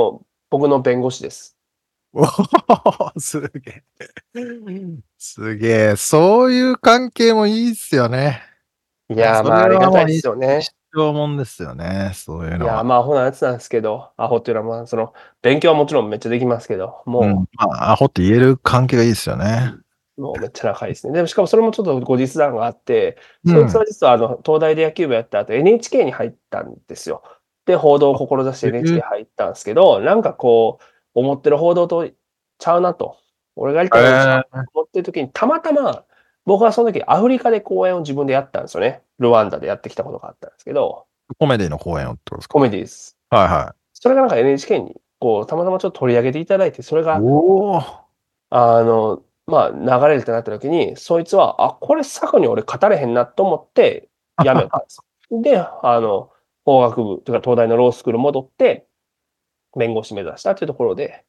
僕の弁護士です。 おーすげえ。すげえ。そういう関係もいいっすよね。 いやー、 それありがたいではもうすよね。 一生もんですよね。そういういやー、 のは。 アホなやつなんですけど、アホっていうのは勉強はもちろんめっちゃできますけど、もアホって言える関係がいいですよね。 うめっちゃ仲いいですね。でもしかもそれもちょっと後日談があって、そいつうん。 は実は東大で野球部やった後 NHK に入ったんですよ。で、報道を志して NHK 入ったんですけど、なんかこう、思ってる報道とちゃうなと。俺がやりたいことちゃうと思ってる時に、たまたま、僕はその時アフリカで公演を自分でやったんですよね。ルワンダでやってきたことがあったんですけど、 コメディの公演をってことですか？ コメディです。 はいはい。 それがなんか NHK に、こう、たまたまちょっと取り上げていただいて、それが、 おー。 流れるってなった時に、そいつは、これ作に俺語れへんなと思って辞めたんですよ。で、法学部というか東大のロースクール戻って、弁護士目指したっていうところで、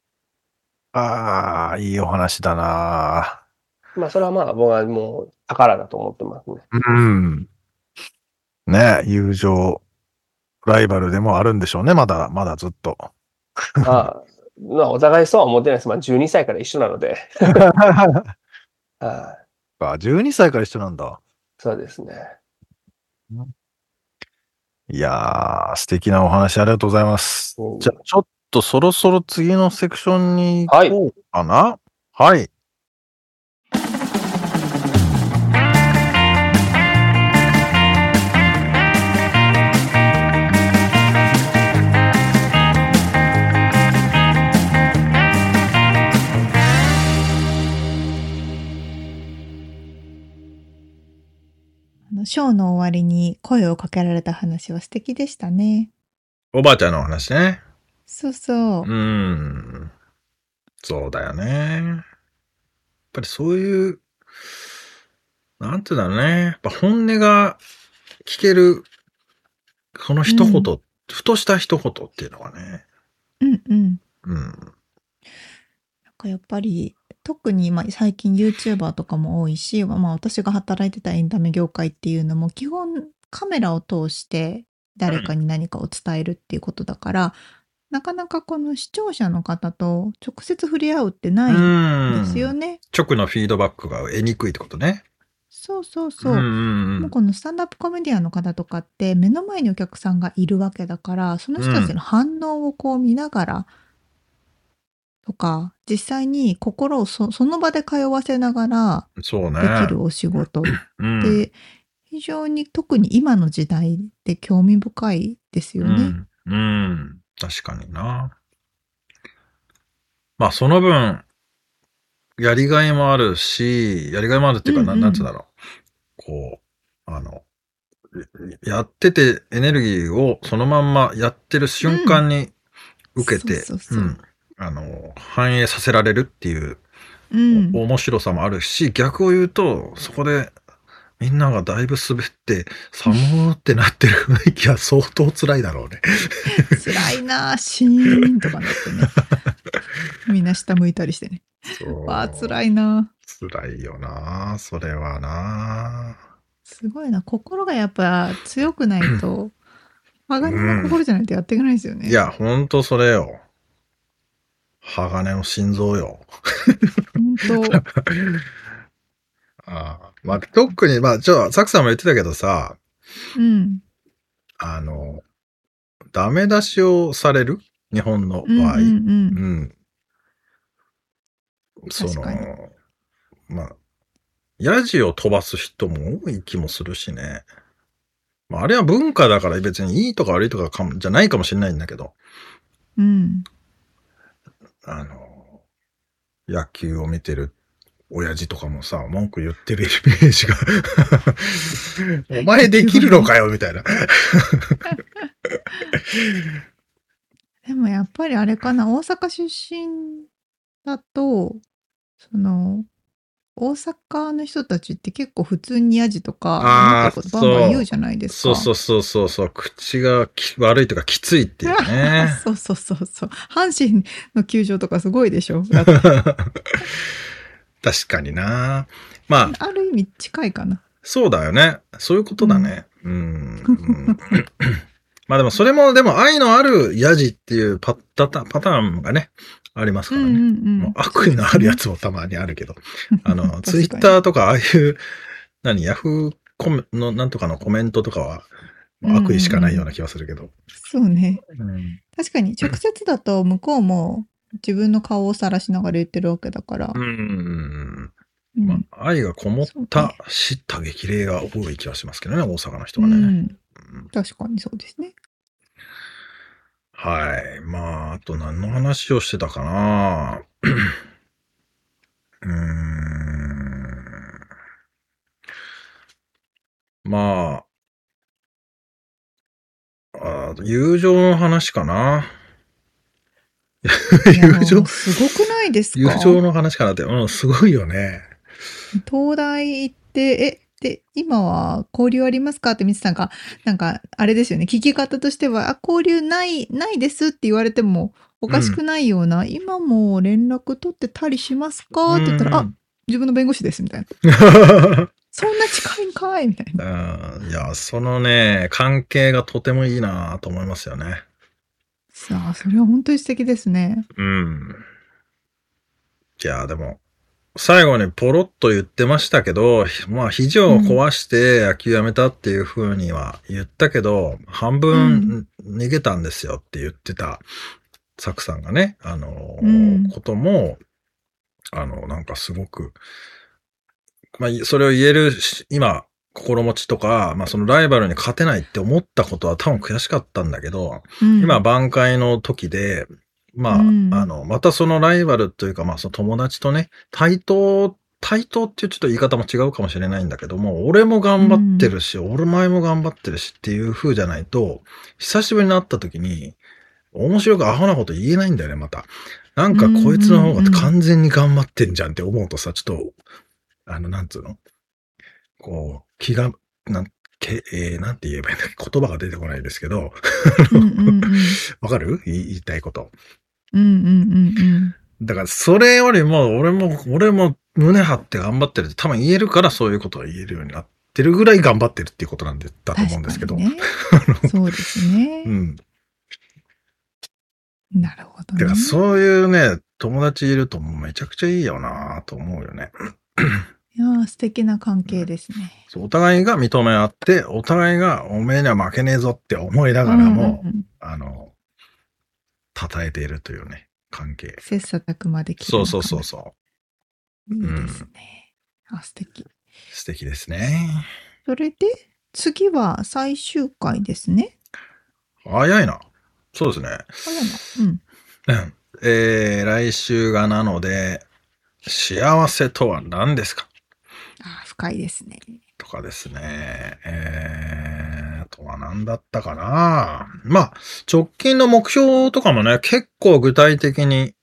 ああ、いいお話だな。 それは僕はもう宝だと思ってますね。 うん。ね、友情、ライバルでもあるんでしょうね。まだずっと。 お互いそうは思ってないです。12歳から一緒なので。 12歳から一緒なんだ。 そうですね。 いやー、素敵なお話ありがとうございます。じゃあ、ちょっとそろそろ次のセクションに行こうかな。はい。 ショーの終わりに声をかけられた話は素敵でしたね。 おばあちゃんのお話ね。 そうそう。 そうだよね。やっぱりそういう、なんていうんだろうね。やっぱ本音が聞ける、その一言、ふとした一言っていうのはね。 なんかやっぱり、特に最近 YouTuber とかも多いし、私が働いてたエンタメ業界っていうのも基本カメラを通して誰かに何かを伝えるっていうことだから、なかなかこの視聴者の方と直接触れ合うってないんですよね。 直のフィードバックが得にくいってことね。 そうそうそう。もうこのスタンダップコメディアンの方とかって目の前にお客さんがいるわけだから、その人たちの反応をこう見ながらとか、実際に心をその場で通わせながらできるお仕事って非常に特に今の時代って興味深いですよね。 確かにな。その分、やりがいもあるし、やりがいもあるっていうか、なんつうんだろう。こう、やっててエネルギーをそのまんまやってる瞬間に受けて、反映させられるっていう面白さもあるし、逆を言うと、そこでみんながだいぶ滑って、寒ーってなってる雰囲気は相当辛いだろうね。 辛いなぁ、シーンとかなってね。みんな下向いたりしてね。辛いなぁ。辛いよなぁ、それはなぁ。 すごいな。心がやっぱ強くないと、鋼の心じゃないとやっていけないですよね。 いや、ほんとそれよ。鋼の心臓よ。 ほんと。 特に、サクさんも言ってたけどさ、ダメ出しをされる日本の場合。ヤジを飛ばす人も多い気もするしね。あれは文化だから別にいいとか悪いとかじゃないかもしれないんだけど。野球を見てる親父とかもさ、文句言ってるイメージが。お前できるのかよみたいな。 でもやっぱりあれかな、大阪出身だと、大阪の人たちって結構普通にヤジとか思ってることバンバン言うじゃないですか。 そう。口が悪いとかきついっていうね。 そう。阪神の球場とかすごいでしょ。 確かにな。 ある意味近いかな。 そうだよね。そういうことだね。 まあでもそれも、でも愛のあるヤジっていうパターンがね、ありますからね。もう悪意のあるやつもたまにあるけど。ツイッターとかああいう、ヤフーコメのなんとかのコメントとかは、悪意しかないような気がするけど。 そうね。確かに直接だと向こうも自分の顔を晒しながら言ってるわけだから。 まあ、愛がこもった叱咤激励が多い気がしますけどね、大阪の人はね。 確かにそうですね。 はい。まあ、あと何の話をしてたかな。まあ、友情の話かな。 友情すごくないですか？ 友情の話かなって、すごいよね。 東大行って、で、今は交流ありますかって見てたんか、なんか、あれですよね。聞き方としては、交流ないですって言われてもおかしくないような、今も連絡取ってたりしますかって言ったら、自分の弁護士ですみたいな。そんな近いんかいみたいな。 いや、そのね、関係がとてもいいなと思いますよね。 さあ、それは本当に素敵ですね。 いや、でも、最後にポロッと言ってましたけど、まあ、肘を壊して野球やめたっていう風には言ったけど、半分逃げたんですよって言ってた、サクさんがね、ことも、なんかすごく、まあ、それを言える、今、心持ちとか、まあそのライバルに勝てないって思ったことは多分悔しかったんだけど、今挽回の時で、まあ、またそのライバルというか、まあその友達とね、対等っていうちょっと言い方も違うかもしれないんだけども、俺も頑張ってるし、俺前も頑張ってるしっていう風じゃないと、久しぶりに会った時に、面白くアホなこと言えないんだよね、また。なんかこいつの方が完全に頑張ってんじゃんって思うとさ、ちょっと、なんつうの？こう、気が、なんて言えばいいんだっけ？言葉が出てこないですけど、わかる？言いたいこと。だから、それよりも、俺も胸張って頑張ってるって多分言えるからそういうことが言えるようになってるぐらい頑張ってるっていうことなんだと思うんですけど。 ね、そうですね。なるほどね。 だからそういうね、友達いるともうめちゃくちゃいいよなと思うよね。 いやー、素敵な関係ですね。 お互いが認め合って、お互いがおめえには負けねえぞって思いながらも、称えているというね、関係。 切磋琢磨できる。 そう。 いいですね。素敵。 素敵ですね。 それで、次は最終回ですね。 早いな。そうですね。 早いな。 来週がなので、幸せとは何ですか？ 深いですね。 とかですね。あとは何だったかな。まあ、直近の目標とかもね、結構具体的に、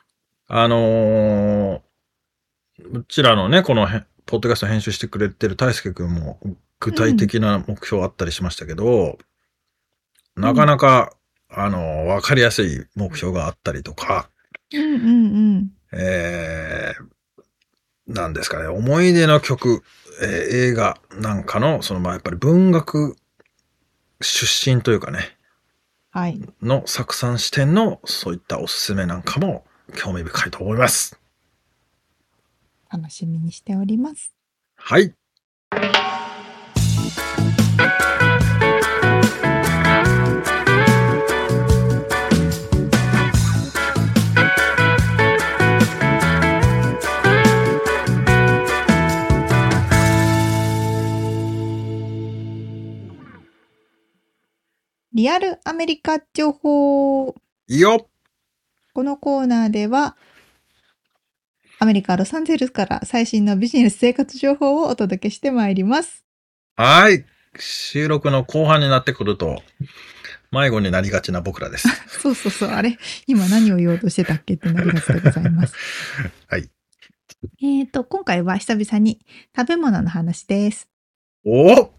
うちらのね、このポッドキャスト編集してくれてる大輔くんも具体的な目標あったりしましたけど、なかなか、わかりやすい目標があったりとか、なんですかね、思い出の曲、映画なんかの、やっぱり文学出身というかね、の作産視点のそういったおすすめなんかも興味深いと思います。 楽しみにしております。 はい。 リアルアメリカ情報。 いいよ。 このコーナーでは、アメリカ・ロサンゼルスから最新のビジネス生活情報をお届けしてまいります。 はい。収録の後半になってくると、迷子になりがちな僕らです。 そう。あれ今何を言おうとしてたっけってなりがちでございます。 はい。 今回は久々に食べ物の話です。 お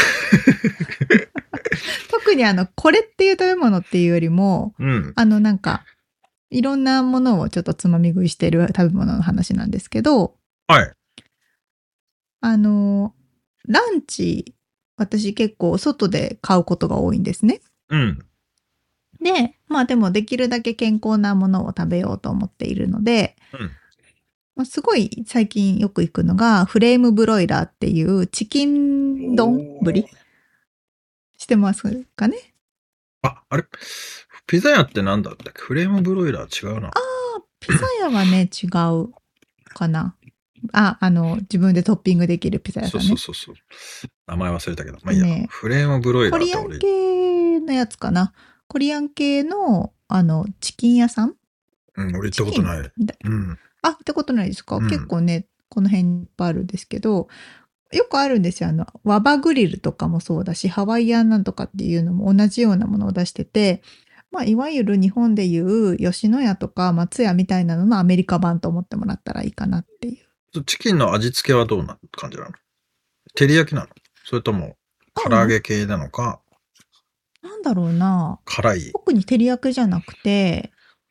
特にこれっていう食べ物っていうよりも、なんか、いろんなものをちょっとつまみ食いしてる食べ物の話なんですけど、 はい。 ランチ、私結構外で買うことが多いんですね。 うん。 で、まあでもできるだけ健康なものを食べようと思っているので、 うん。 まあ、すごい最近よく行くのが、フレームブロイラーっていうチキン丼してますかね。 あれピザ屋ってなんだったっけ？フレームブロイラー違うな。 ピザ屋はね、違うかな。自分でトッピングできるピザ屋さんね。 そう。名前忘れたけど。まあいいや。 ね、 フレームブロイラーコリアン系のやつかな。コリアン系の、チキン屋さん？ うん、俺行ったことない。うん。 行ったことないですか？ うん結構ね、この辺にいっぱいあるんですけど、よくあるんですよ。ワバグリルとかもそうだし、ハワイアンなんとかっていうのも同じようなものを出してて、まあ、いわゆる日本でいう吉野家とか松屋みたいなののアメリカ版と思ってもらったらいいかなっていう。 チキンの味付けはどうな感じなの？照り焼きなの？それとも、唐揚げ系なのか？ なんだろうな。 辛い？ 特に照り焼きじゃなくて、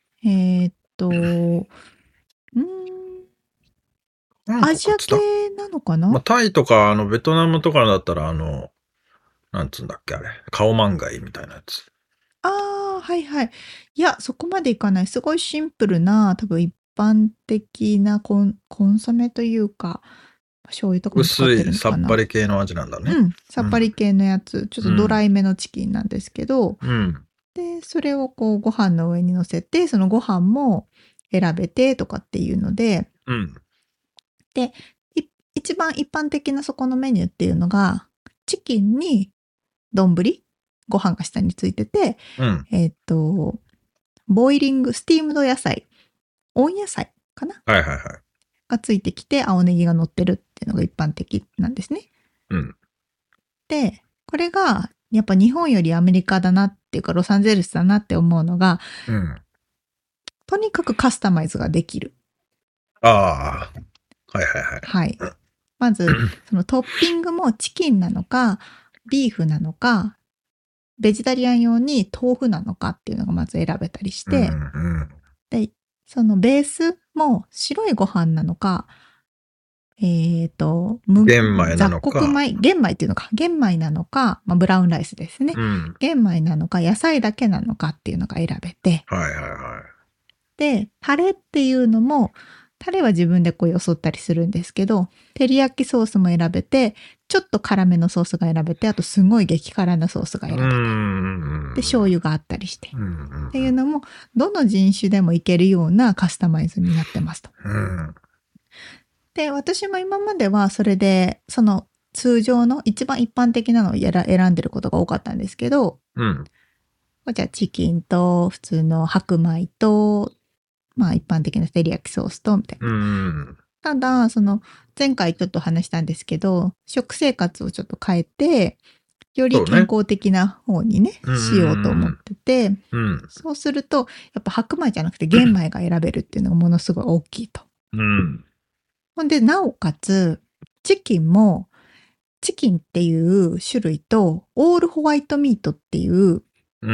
アジア系なのかな？ まあ、タイとか、ベトナムとかだったら、なんつうんだっけ、あれ。カオマンガイみたいなやつ。 はいはい。いや、そこまでいかない。すごいシンプルな、多分一般的なコンソメというか、醤油とかも使ってるのかな。 薄いさっぱり系の味なんだね。 うん。さっぱり系のやつ。ちょっとドライめのチキンなんですけど、 うん。 で、それをこうご飯の上に乗せて、そのご飯も選べてとかっていうので、 うん。 で、一番一般的なそこのメニューっていうのが、チキンに丼、ご飯が下についてて、 うん。 ボイリング、スティームド野菜、温野菜かな？ はい。 がついてきて、青ネギが乗ってるっていうのが一般的なんですね。 うん。 で、これが、やっぱ日本よりアメリカだなっていうか、ロサンゼルスだなって思うのが、 うん。 とにかくカスタマイズができる。 はい。 はい。まず、そのトッピングもチキンなのか、ビーフなのか、ベジタリアン用に豆腐なのかっていうのがまず選べたりして、で、そのベースも白いご飯なのか、 玄米なのか。 雑穀米、玄米っていうのか、玄米なのか、まあ、ブラウンライスですね。玄米なのか、野菜だけなのかっていうのが選べて。で、タレっていうのも、タレは自分でこうよそったりするんですけど、照り焼きソースも選べて、ちょっと辛めのソースが選べて、あとすごい激辛なソースが選べて、で、醤油があったりして、っていうのも、どの人種でもいけるようなカスタマイズになってますと。で、私も今まではそれで、その通常の一番一般的なのを選んでることが多かったんですけど、じゃあチキンと普通の白米と、まあ一般的な照り焼きソースとみたいな。ただ、その前回ちょっと話したんですけど、食生活をちょっと変えて、より健康的な方にね、しようと思ってて、そうすると、やっぱ白米じゃなくて玄米が選べるっていうのがものすごい大きいと。ほんで、なおかつ、チキンっていう種類と、オールホワイトミートっていう、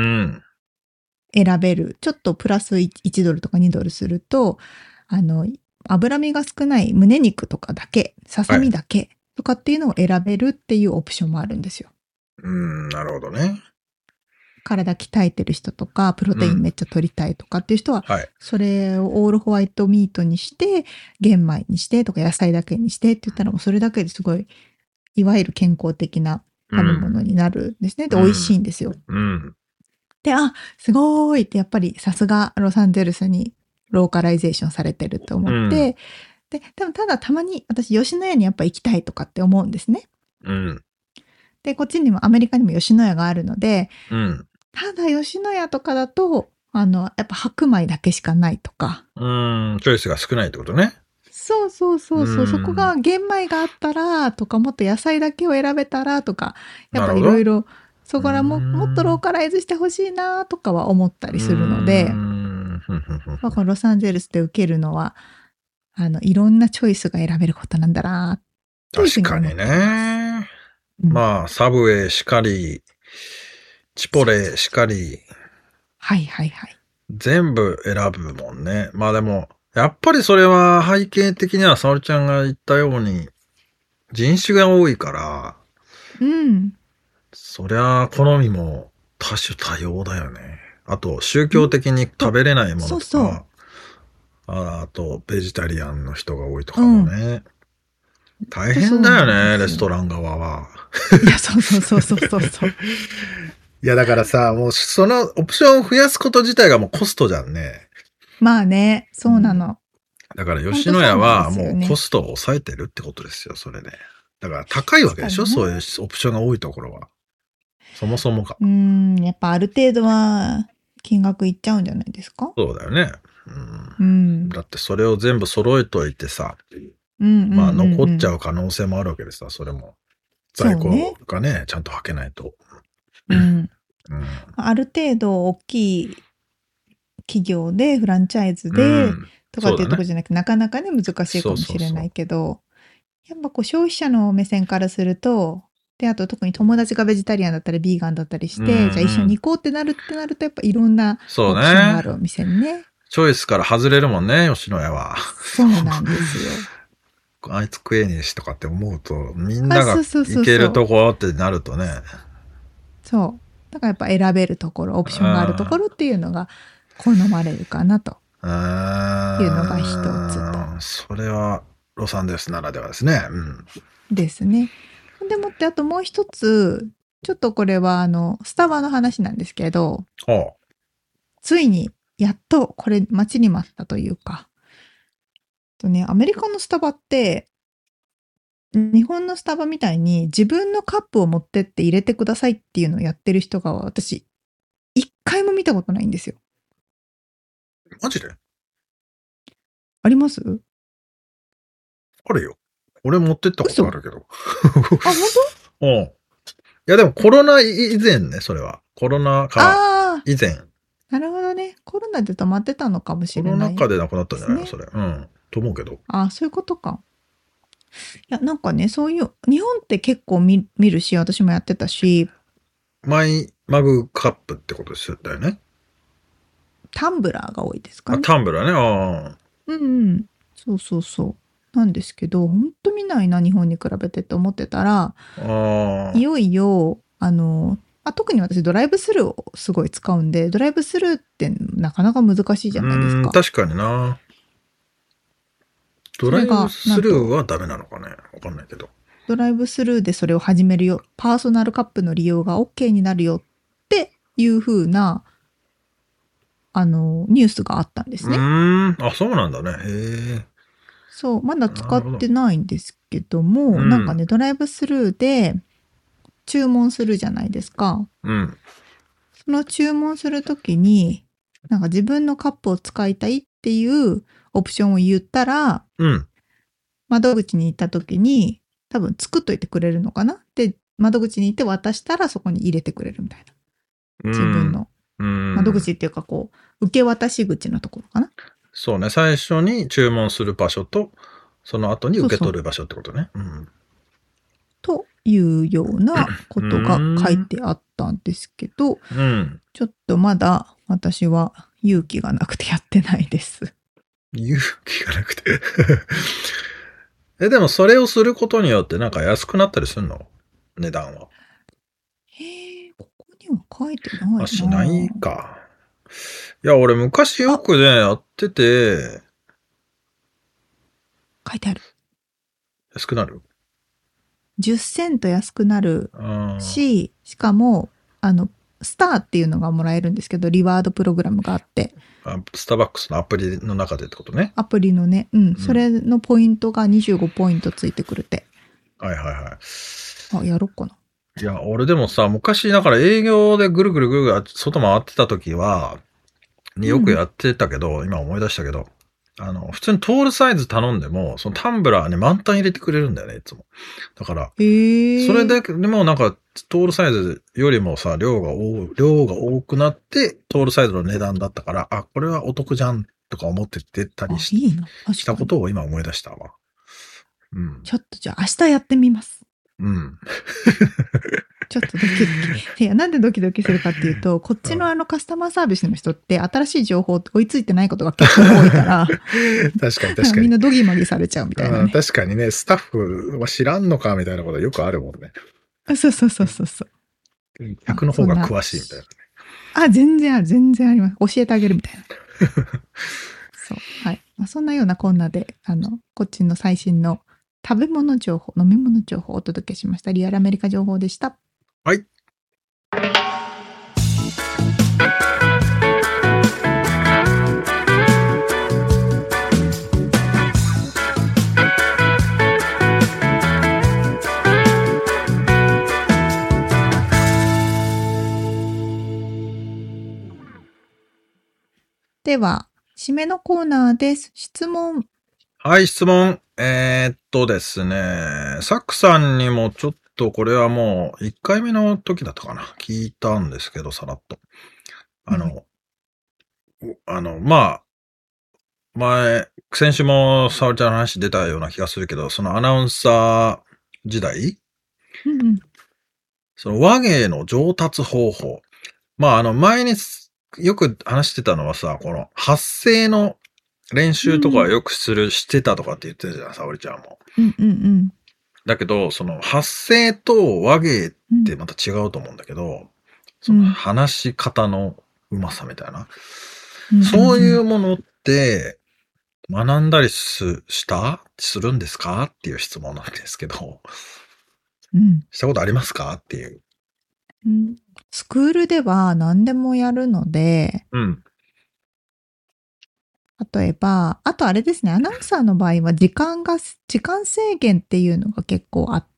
選べる。ちょっとプラス1ドルとか2ドルすると、脂身が少ない胸肉とかだけ、ささみだけとかっていうのを選べるっていうオプションもあるんですよ。 なるほどね。 体鍛えてる人とか、プロテインめっちゃ取りたいとかっていう人は、それをオールホワイトミートにして、玄米にしてとか野菜だけにしてって言ったらもうそれだけですごい、いわゆる健康的な食べ物になるんですね。で、美味しいんですよ。で、すごーいってやっぱりさすがロサンゼルスにローカライゼーションされてると思って、で、ただたまに私吉野家にやっぱ行きたいとかって思うんですね。で、こっちにもアメリカにも吉野家があるので、ただ吉野家とかだと、やっぱ白米だけしかないとか。 チョイスが少ないってことね。 そう。そこが玄米があったらとか、もっと野菜だけを選べたらとか、やっぱいろいろ、そこらもっとローカライズしてほしいなとかは思ったりするので、このロサンゼルスで受けるのは、いろんなチョイスが選べることなんだな確かにね。まあ、サブウェイしかり、チポレしかり。全部選ぶもんね。まあでも、やっぱりそれは背景的には沙織ちゃんが言ったように、人種が多いから、そりゃ好みも多種多様だよね。あと、宗教的に食べれないものとか、 そうそう。 あと、ベジタリアンの人が多いとかもね。大変だよね、レストラン側は。 いや、そうそうそうそうそう。 いや、だからさ、もうそのオプションを増やすこと自体がもうコストじゃんね。 まあね、そうなの。 だから吉野家はもうコストを抑えてるってことですよ、それで。だから高いわけでしょ、そういうオプションが多いところは。そもそもが。 やっぱある程度は金額いっちゃうんじゃないですか？ そうだよね。だってそれを全部揃えといてさ、まあ残っちゃう可能性もあるわけでさ、それも。在庫がね、ちゃんと履けないと。 ある程度大きい企業でフランチャイズで、とかっていうところじゃなくて、なかなかね、難しいかもしれないけど、やっぱこう消費者の目線からすると、で、あと特に友達がベジタリアンだったり、ビーガンだったりして、じゃあ一緒に行こうってなると、やっぱいろんなオプションがあるお店にね。 チョイスから外れるもんね、吉野家は。 そうなんですよ。 あいつ食えねえしとかって思うと、みんなが行けるところってなるとね。 そう。だからやっぱ選べるところ、オプションがあるところっていうのが好まれるかなと。いうのが一つと。 それはロサンゼルスならではですね。 ですね。でもってあともう一つ、ちょっとこれはスタバの話なんですけど、ついにやっとこれ待ちに待ったというか、アメリカのスタバって、日本のスタバみたいに自分のカップを持ってって入れてくださいっていうのをやってる人が私、一回も見たことないんですよ。 マジで？ あります？ あるよ。俺持ってったことあるけど。 あ、本当？ いやでもコロナ以前ね、それは。コロナ禍以前。 なるほどね。コロナで止まってたのかもしれない、 コロナ禍でなくなったんじゃないのそれ。と思うけど。 そういうことか。いや、なんかね、そういう、日本って結構見るし、私もやってたし。 マイマグカップってことですよね。 タンブラーが多いですかね。 タンブラーね。そうそうそう。なんですけど、ほんと見ないな、日本に比べてって思ってたら、いよいよ、特に私ドライブスルーをすごい使うんで、ドライブスルーってなかなか難しいじゃないですか。 確かにな。ドライブスルーはダメなのかね。わかんないけど。 ドライブスルーでそれを始めるよ。パーソナルカップの利用が OK になるよっていう風な、ニュースがあったんですね。 そうなんだね。へえ。 そう、まだ使ってないんですけども、なんかね、ドライブスルーで注文するじゃないですか。その注文するときに、なんか自分のカップを使いたいっていうオプションを言ったら、窓口に行ったときに、多分作っといてくれるのかな。で、窓口に行って渡したらそこに入れてくれるみたいな。自分の。窓口っていうかこう、受け渡し口のところかな。 そうね。最初に注文する場所と、その後に受け取る場所ってことね。 というようなことが書いてあったんですけど、ちょっとまだ私は勇気がなくてやってないです。 勇気がなくてでもそれをすることによってなんか安くなったりするの？値段は。 ここには書いてないな。 しないか。いや、俺昔よくね、やってて。 書いてある。 安くなる ？10セント安くなるし、しかも、スターっていうのがもらえるんですけど、リワードプログラムがあって。 スターバックスのアプリの中でってことね。 アプリのね、それのポイントが25ポイントついてくるって。やろっかな。 いや、俺でもさ、昔、だから営業でぐるぐる外回ってた時は、よくやってたけど、今思い出したけど、普通にトールサイズ頼んでも、そのタンブラーね、満タン入れてくれるんだよね、いつも。だから、それでもなんか、トールサイズよりもさ、量が多くなって、トールサイズの値段だったから、これはお得じゃん、とか思って出たりしたことを今思い出したわ。 ちょっとじゃあ明日やってみます。ちょっとドキドキ。いや、なんでドキドキするかっていうと、こっちのカスタマーサービスの人って新しい情報追いついてないことが結構多いから。 確かに。 みんなドギマギされちゃうみたいな、ね。 確かにね、スタッフは知らんのかみたいなことよくあるもんね。 そう。 客の方が詳しいみたいな。 全然あります。教えてあげるみたいな。そう。はい。そんなようなこんなで、こっちの最新の食べ物情報、飲み物情報をお届けしました。リアルアメリカ情報でした。 はい。 では、締めのコーナーです。質問。 はい、質問。ですね、サクさんにもちょっとこれはもう1回目の時だったかな。聞いたんですけど、さらっと。まあ、先週も沙織ちゃんの話出たような気がするけど、そのアナウンサー時代、その話芸の上達方法。前によく話してたのはさ、この発声の練習とかはよくしてたとかって言ってたじゃん、沙織ちゃんも。だけど、その発声と話芸ってまた違うと思うんだけど、その話し方のうまさみたいな。そういうものって学んだりするんですかっていう質問なんですけど、したことありますかっていう。 スクールでは何でもやるので、例えば、あとあれですね、アナウンサーの場合は時間制限っていうのが結構あって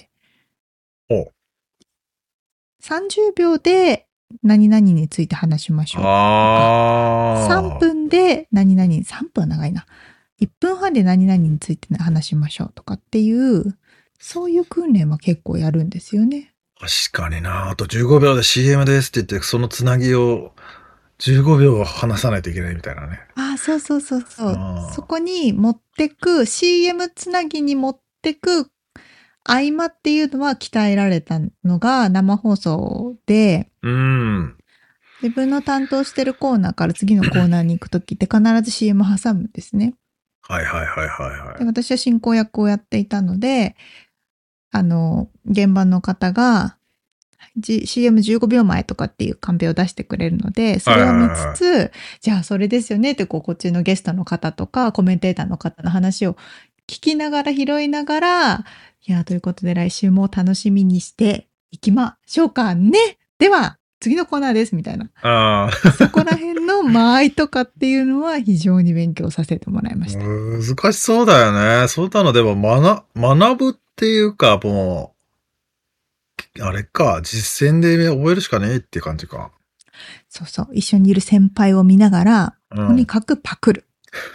、30秒で何々について話しましょうとか、3分で何々、3分は長いな。1分半で何々について話しましょうとかっていう、そういう訓練は結構やるんですよね。 確かにな。あと15秒で CM ですって言って、そのつなぎを15秒話さないといけないみたいなね。 そう。そこに持ってく、CM つなぎに持ってく合間っていうのは鍛えられたのが生放送で、自分の担当してるコーナーから次のコーナーに行くときって必ず CM 挟むんですね。 はい。 で、私は進行役をやっていたので、現場の方が、CM15 秒前とかっていうカンペを出してくれるので、それを見つつ、じゃあそれですよねってこっちのゲストの方とかコメンテーターの方の話を聞きながら拾いながら、ということで来週も楽しみにしていきましょうかね。では、次のコーナーですみたいな。そこら辺の間合いとかっていうのは非常に勉強させてもらいました。 難しそうだよね。そうだのでも学ぶっていうか、もう、あれか、実践で覚えるしかねえっていう感じか。 そう。一緒にいる先輩を見ながら、とにかくパクる。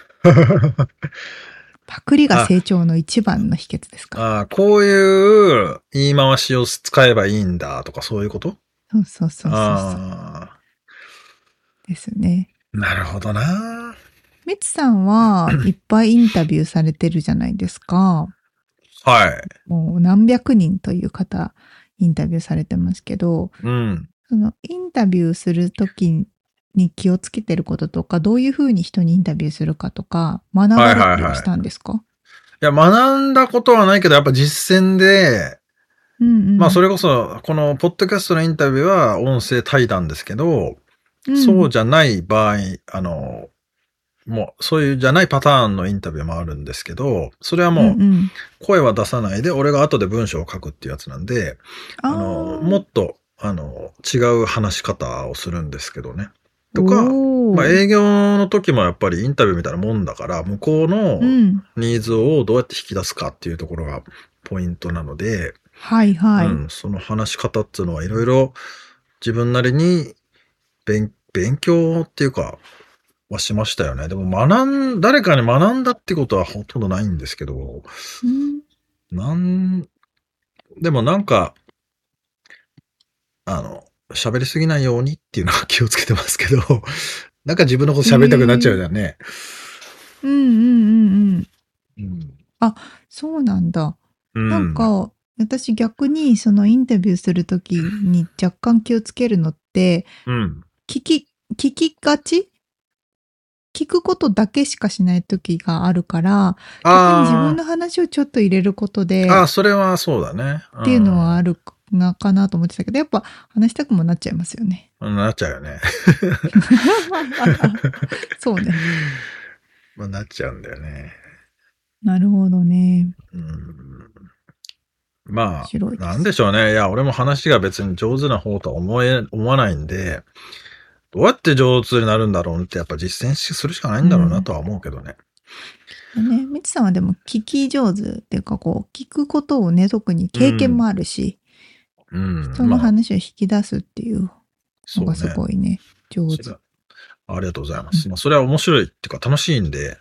パクリが成長の一番の秘訣ですか。 こういう言い回しを使えばいいんだとかそういうこと？ そう。ですね。 なるほどな。 みつさんはいっぱいインタビューされてるじゃないですか。 はい。 もう何百人という方、インタビューされてますけど、そのインタビューするときに気をつけてることとか、どういうふうに人にインタビューするかとか、学ばれたりしたんですか？ いや、学んだことはないけど、やっぱ実践で、それこそ、このポッドキャストのインタビューは音声対談ですけど、そうじゃない場合、もう、そういうじゃないパターンのインタビューもあるんですけど、それはもう、声は出さないで、俺が後で文章を書くっていうやつなんで、もっと、違う話し方をするんですけどね。とか、営業の時もやっぱりインタビューみたいなもんだから、向こうのニーズをどうやって引き出すかっていうところがポイントなので、その話し方っていうのはいろいろ自分なりに勉強っていうか、はしましたよね。でも誰かに学んだってことはほとんどないんですけど、でもなんか、喋りすぎないようにっていうのは気をつけてますけど、なんか自分のこと喋りたくなっちゃうじゃんね。 そうなんだ。なんか、私逆にそのインタビューするときに若干気をつけるのって、聞きがち？聞くことだけしかしないときがあるから、逆に自分の話をちょっと入れることで、 それはそうだね。 っていうのはあるなかなと思ってたけど、やっぱ話したくもなっちゃいますよね。 なっちゃうよね。 そうね。 まあ、なっちゃうんだよね。 なるほどね。 まあ、 白いです。 なんでしょうね。いや、俺も話が別に上手な方とは思わないんで、どうやって上手になるんだろうってやっぱ実践するしかないんだろうなとは思うけどね。 ね、みつさんはでも聞き上手っていうかこう、聞くことをね、特に経験もあるし、人の話を引き出すっていうのがすごいね、上手。 ありがとうございます。それは面白いっていうか楽しいんで。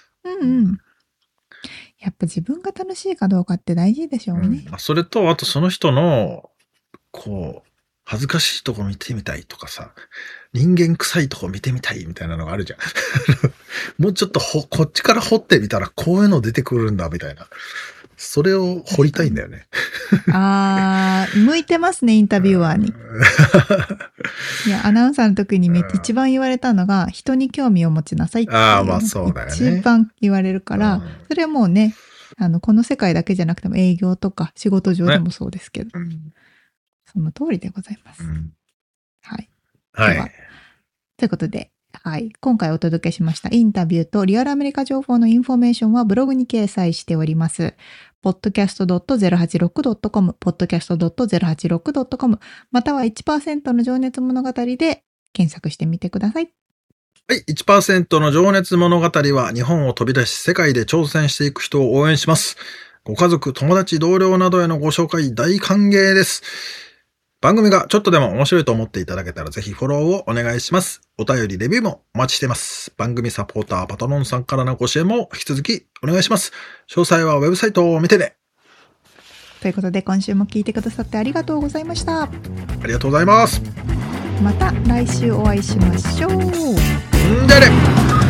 やっぱ自分が楽しいかどうかって大事でしょうね。 それと、あとその人の、こう、恥ずかしいとこ見てみたいとかさ、人間臭いとこ見てみたいみたいなのがあるじゃん。もうちょっとこっちから掘ってみたらこういうの出てくるんだみたいな。それを掘りたいんだよね。 向いてますね、インタビュアーに。いや、アナウンサーの時に一番言われたのが、人に興味を持ちなさいっていうのが一番言われるから、それはもうね、この世界だけじゃなくても営業とか仕事上でもそうですけど、その通りでございます。はい。はい。ということで、はい。今回お届けしましたインタビューとリアルアメリカ情報のインフォメーションはブログに掲載しております。podcast.086.com、podcast.086.com、または 1% の情熱物語で検索してみてください。 はい。1% の情熱物語は日本を飛び出し世界で挑戦していく人を応援します。ご家族、友達、同僚などへのご紹介大歓迎です。番組がちょっとでも面白いと思っていただけたらぜひフォローをお願いします。お便り、レビューもお待ちしています。番組サポーター、パトロンさんからのご支援も引き続きお願いします。詳細はウェブサイトを見てね。 ということで今週も聞いてくださってありがとうございました。 ありがとうございます。 また来週お会いしましょう。 じゃあね。